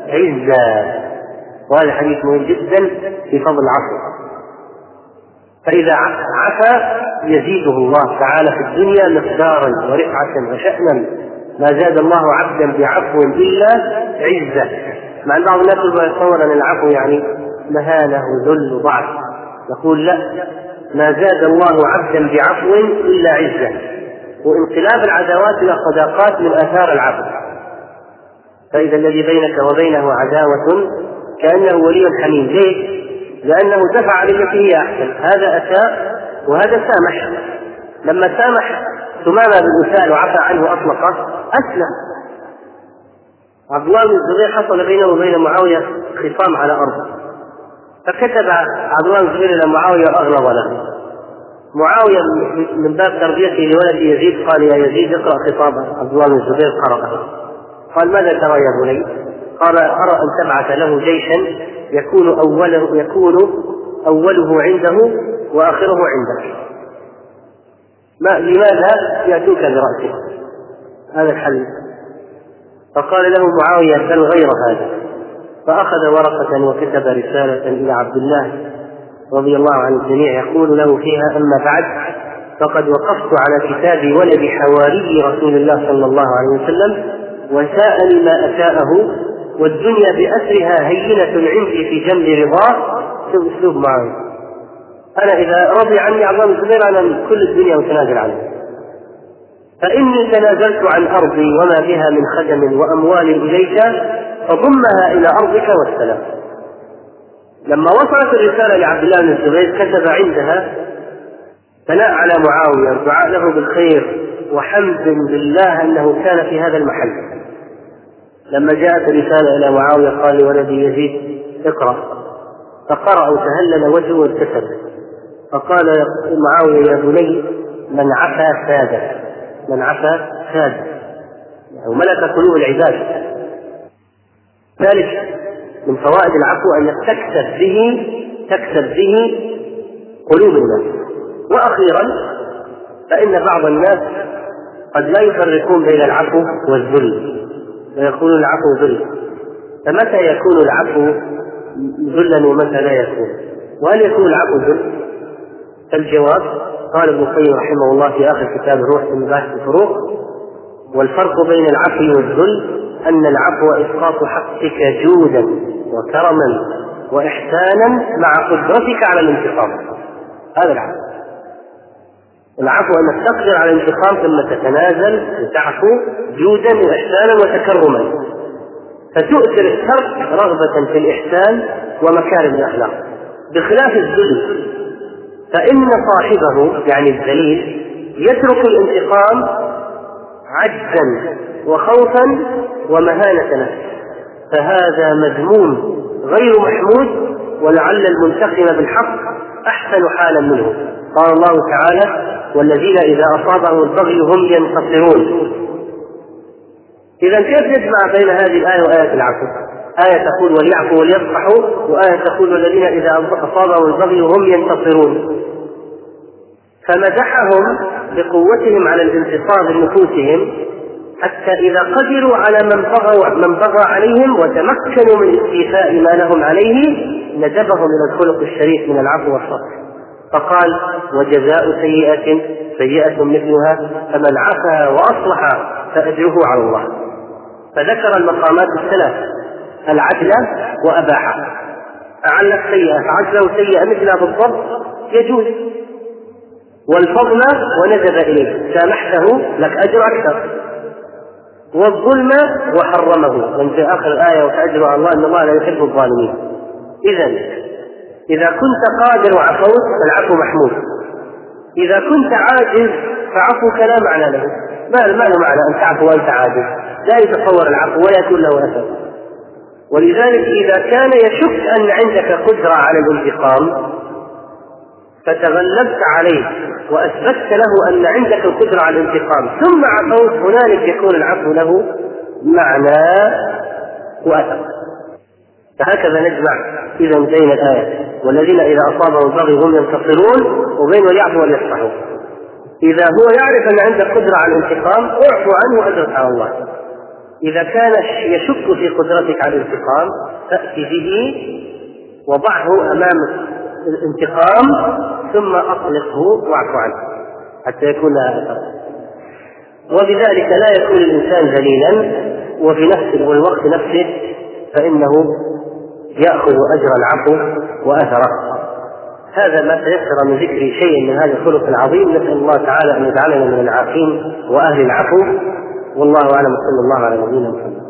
عزا. وهذا حديث مهم جدا في فضل العفو. فإذا عفا يزيده الله تعالى في الدنيا مقدارا ورفعة وشأنا. ما زاد الله عبدا بعفو إلا عزة. مع أن بعض الناس يتصور أن العفو يعني مهانة وذل وضعف، نقول لا، ما زاد الله عبدا بعفو إلا عزة. وانقلاب العداوات إلى صداقات من آثار العفو. فإذا الذي بينك وبينه عداوة كأنه ولي حميم. ليه؟ لأنه دفع بالتي هي أحسن، هذا أساء وهذا سامح. لما سامح ثمامة بن أسال وعفى عنه أطلقه أسلم. عبد الله بن الزبير حصل بينه وبين معاوية خصام على أرض، فكتب عبد الله بن الزبير إلى معاوية وأغلظ له. معاوية من باب تربيته لولد يزيد قال: يا يزيد اقرأ خطاب عبد الله بن الزبير. قرأه. قال: ماذا ترى يا بني؟ قال: أرى أن تبعث له جيشا يكون أوله عنده وآخره عندك. لماذا يأتوك برأسك؟ هذا الحل. فقال له معاوية: بل غير هذا. فأخذ ورقة وكتب رسالة إلى عبد الله رضي الله عن الجميع يقول له فيها: أما بعد، فقد وقفت على كتاب ولد حواري رسول الله صلى الله عليه وسلم، وساءني ما أساءه، والدنيا بأسرها هينة عندي في جنب رضاه. شوف أسلوب معاوية. أنا إذا رضي عني عبد الله بن الزبير أنا كل الدنيا وتنازل عنه. فإني تنازلت عن أرضي وما بها من خدم وأموال إليك، فضمها إلى أرضك والسلام. لما وصلت الرسالة لعبد الله بن الزبير كتب عندها ثناء على معاوية، دعاء له بالخير وحمد بالله أنه كان في هذا المحل. لما جاءت الرسالة إلى معاوية قال لولدي يزيد: اقرأ. فقرأ وتهلل وجهه وابتسم. فقال معاوية: يا بني، من عفا ساد. من عفا ساد، وملك قلوب العباد. ذلك من فوائد العفو أن تكسب به قلوب الناس. وأخيرا، فإن بعض الناس قد لا يفرقون بين العفو والذل، ويقولون العفو ذل. فمتى يكون العفو ذلا ومتى لا يكون؟ وهل يكون العفو ذل؟ فالجواب قال ابن القيم رحمه الله في آخر كتاب الروح في مباحث الفروق: والفرق بين العفو والذل أن العفو إسقاط حقك جودا وكرما وإحسانا مع قدرتك على الانتقام. هذا العفو. العفو أنك تقدر على الانتقام ثم تتنازل وتعفو جودا وإحسانا وتكرما، فتؤثر الترك رغبة في الإحسان ومكارم الأخلاق، بخلاف الذل فإن صاحبه يعني الذليل يترك الانتقام عجزا وخوفا ومهانة نفسه، فهذا مذموم غير محمود، ولعل المنتقم بالحق أحسن حالا منه. قال الله تعالى: والذين إذا أصابهم البغي هم ينتصرون. إذا كيف نجمع بين هذه الآية وآية العفو؟ آية تقول وليعفوا وليصفحوا، وآية تقول والذين إذا أصابهم البغي هم ينتصرون. فمدحهم بقوتهم على الانتصار لنفوسهم، حتى إذا قدروا على من بغى عليهم وتمكنوا من استيفاء ما لهم عليه ندبهم إلى الخلق الشريف من العفو والصفح. فقال: وجزاء سيئة سيئة مثلها، فمن عفا وأصلح فأجره على الله. فذكر المقامات الثلاث: العدل وأباحها. أعلق سيئة فعدله سيئة مثلها بالضبط يجوز، والفضل وندب إليه سامحته لك أجر أكثر، والظلم وحرمه، وانت آخر الآية وتأجر على الله إن الله لا يحب الظالمين. إذا كنت قادر وعفوت فالعفو محمود، إذا كنت عاجز فعفوك لا معنى له. ما له معنى أن تعفو وأنت عاجز؟ لا يتصور العفو ولا يكون له أثر. ولذلك إذا كان يشك أن عندك قدرة على الانتقام فتغلبت عليه وأثبتت له أن عندك القدرة على الانتقام ثم عفوت، هنالك يكون العفو له معنى وأثر. فهكذا نجمع إذا بين الآية والذين إذا أصابهم البغي هم ينتصرون وبين وليعفوا وليصفحوا. إذا هو يعرف أن عندك قدرة على الانتقام اعفو عنه وأجرك على الله. إذا كان يشك في قدرتك على الانتقام فأتي به وضعه أمام الانتقام ثم أطلقه واعف عنه حتى يكون لها أثر. وبذلك لا يكون الإنسان ذليلا، وفي نفس الوقت نفسه فإنه يأخذ أجر العفو وأثره. هذا ما تيسر من ذكر شيء من هذا الخلق العظيم. نسأل الله تعالى أن يجعلنا من العافين وأهل العفو، والله أعلم. صلى الله على نبينا محمد.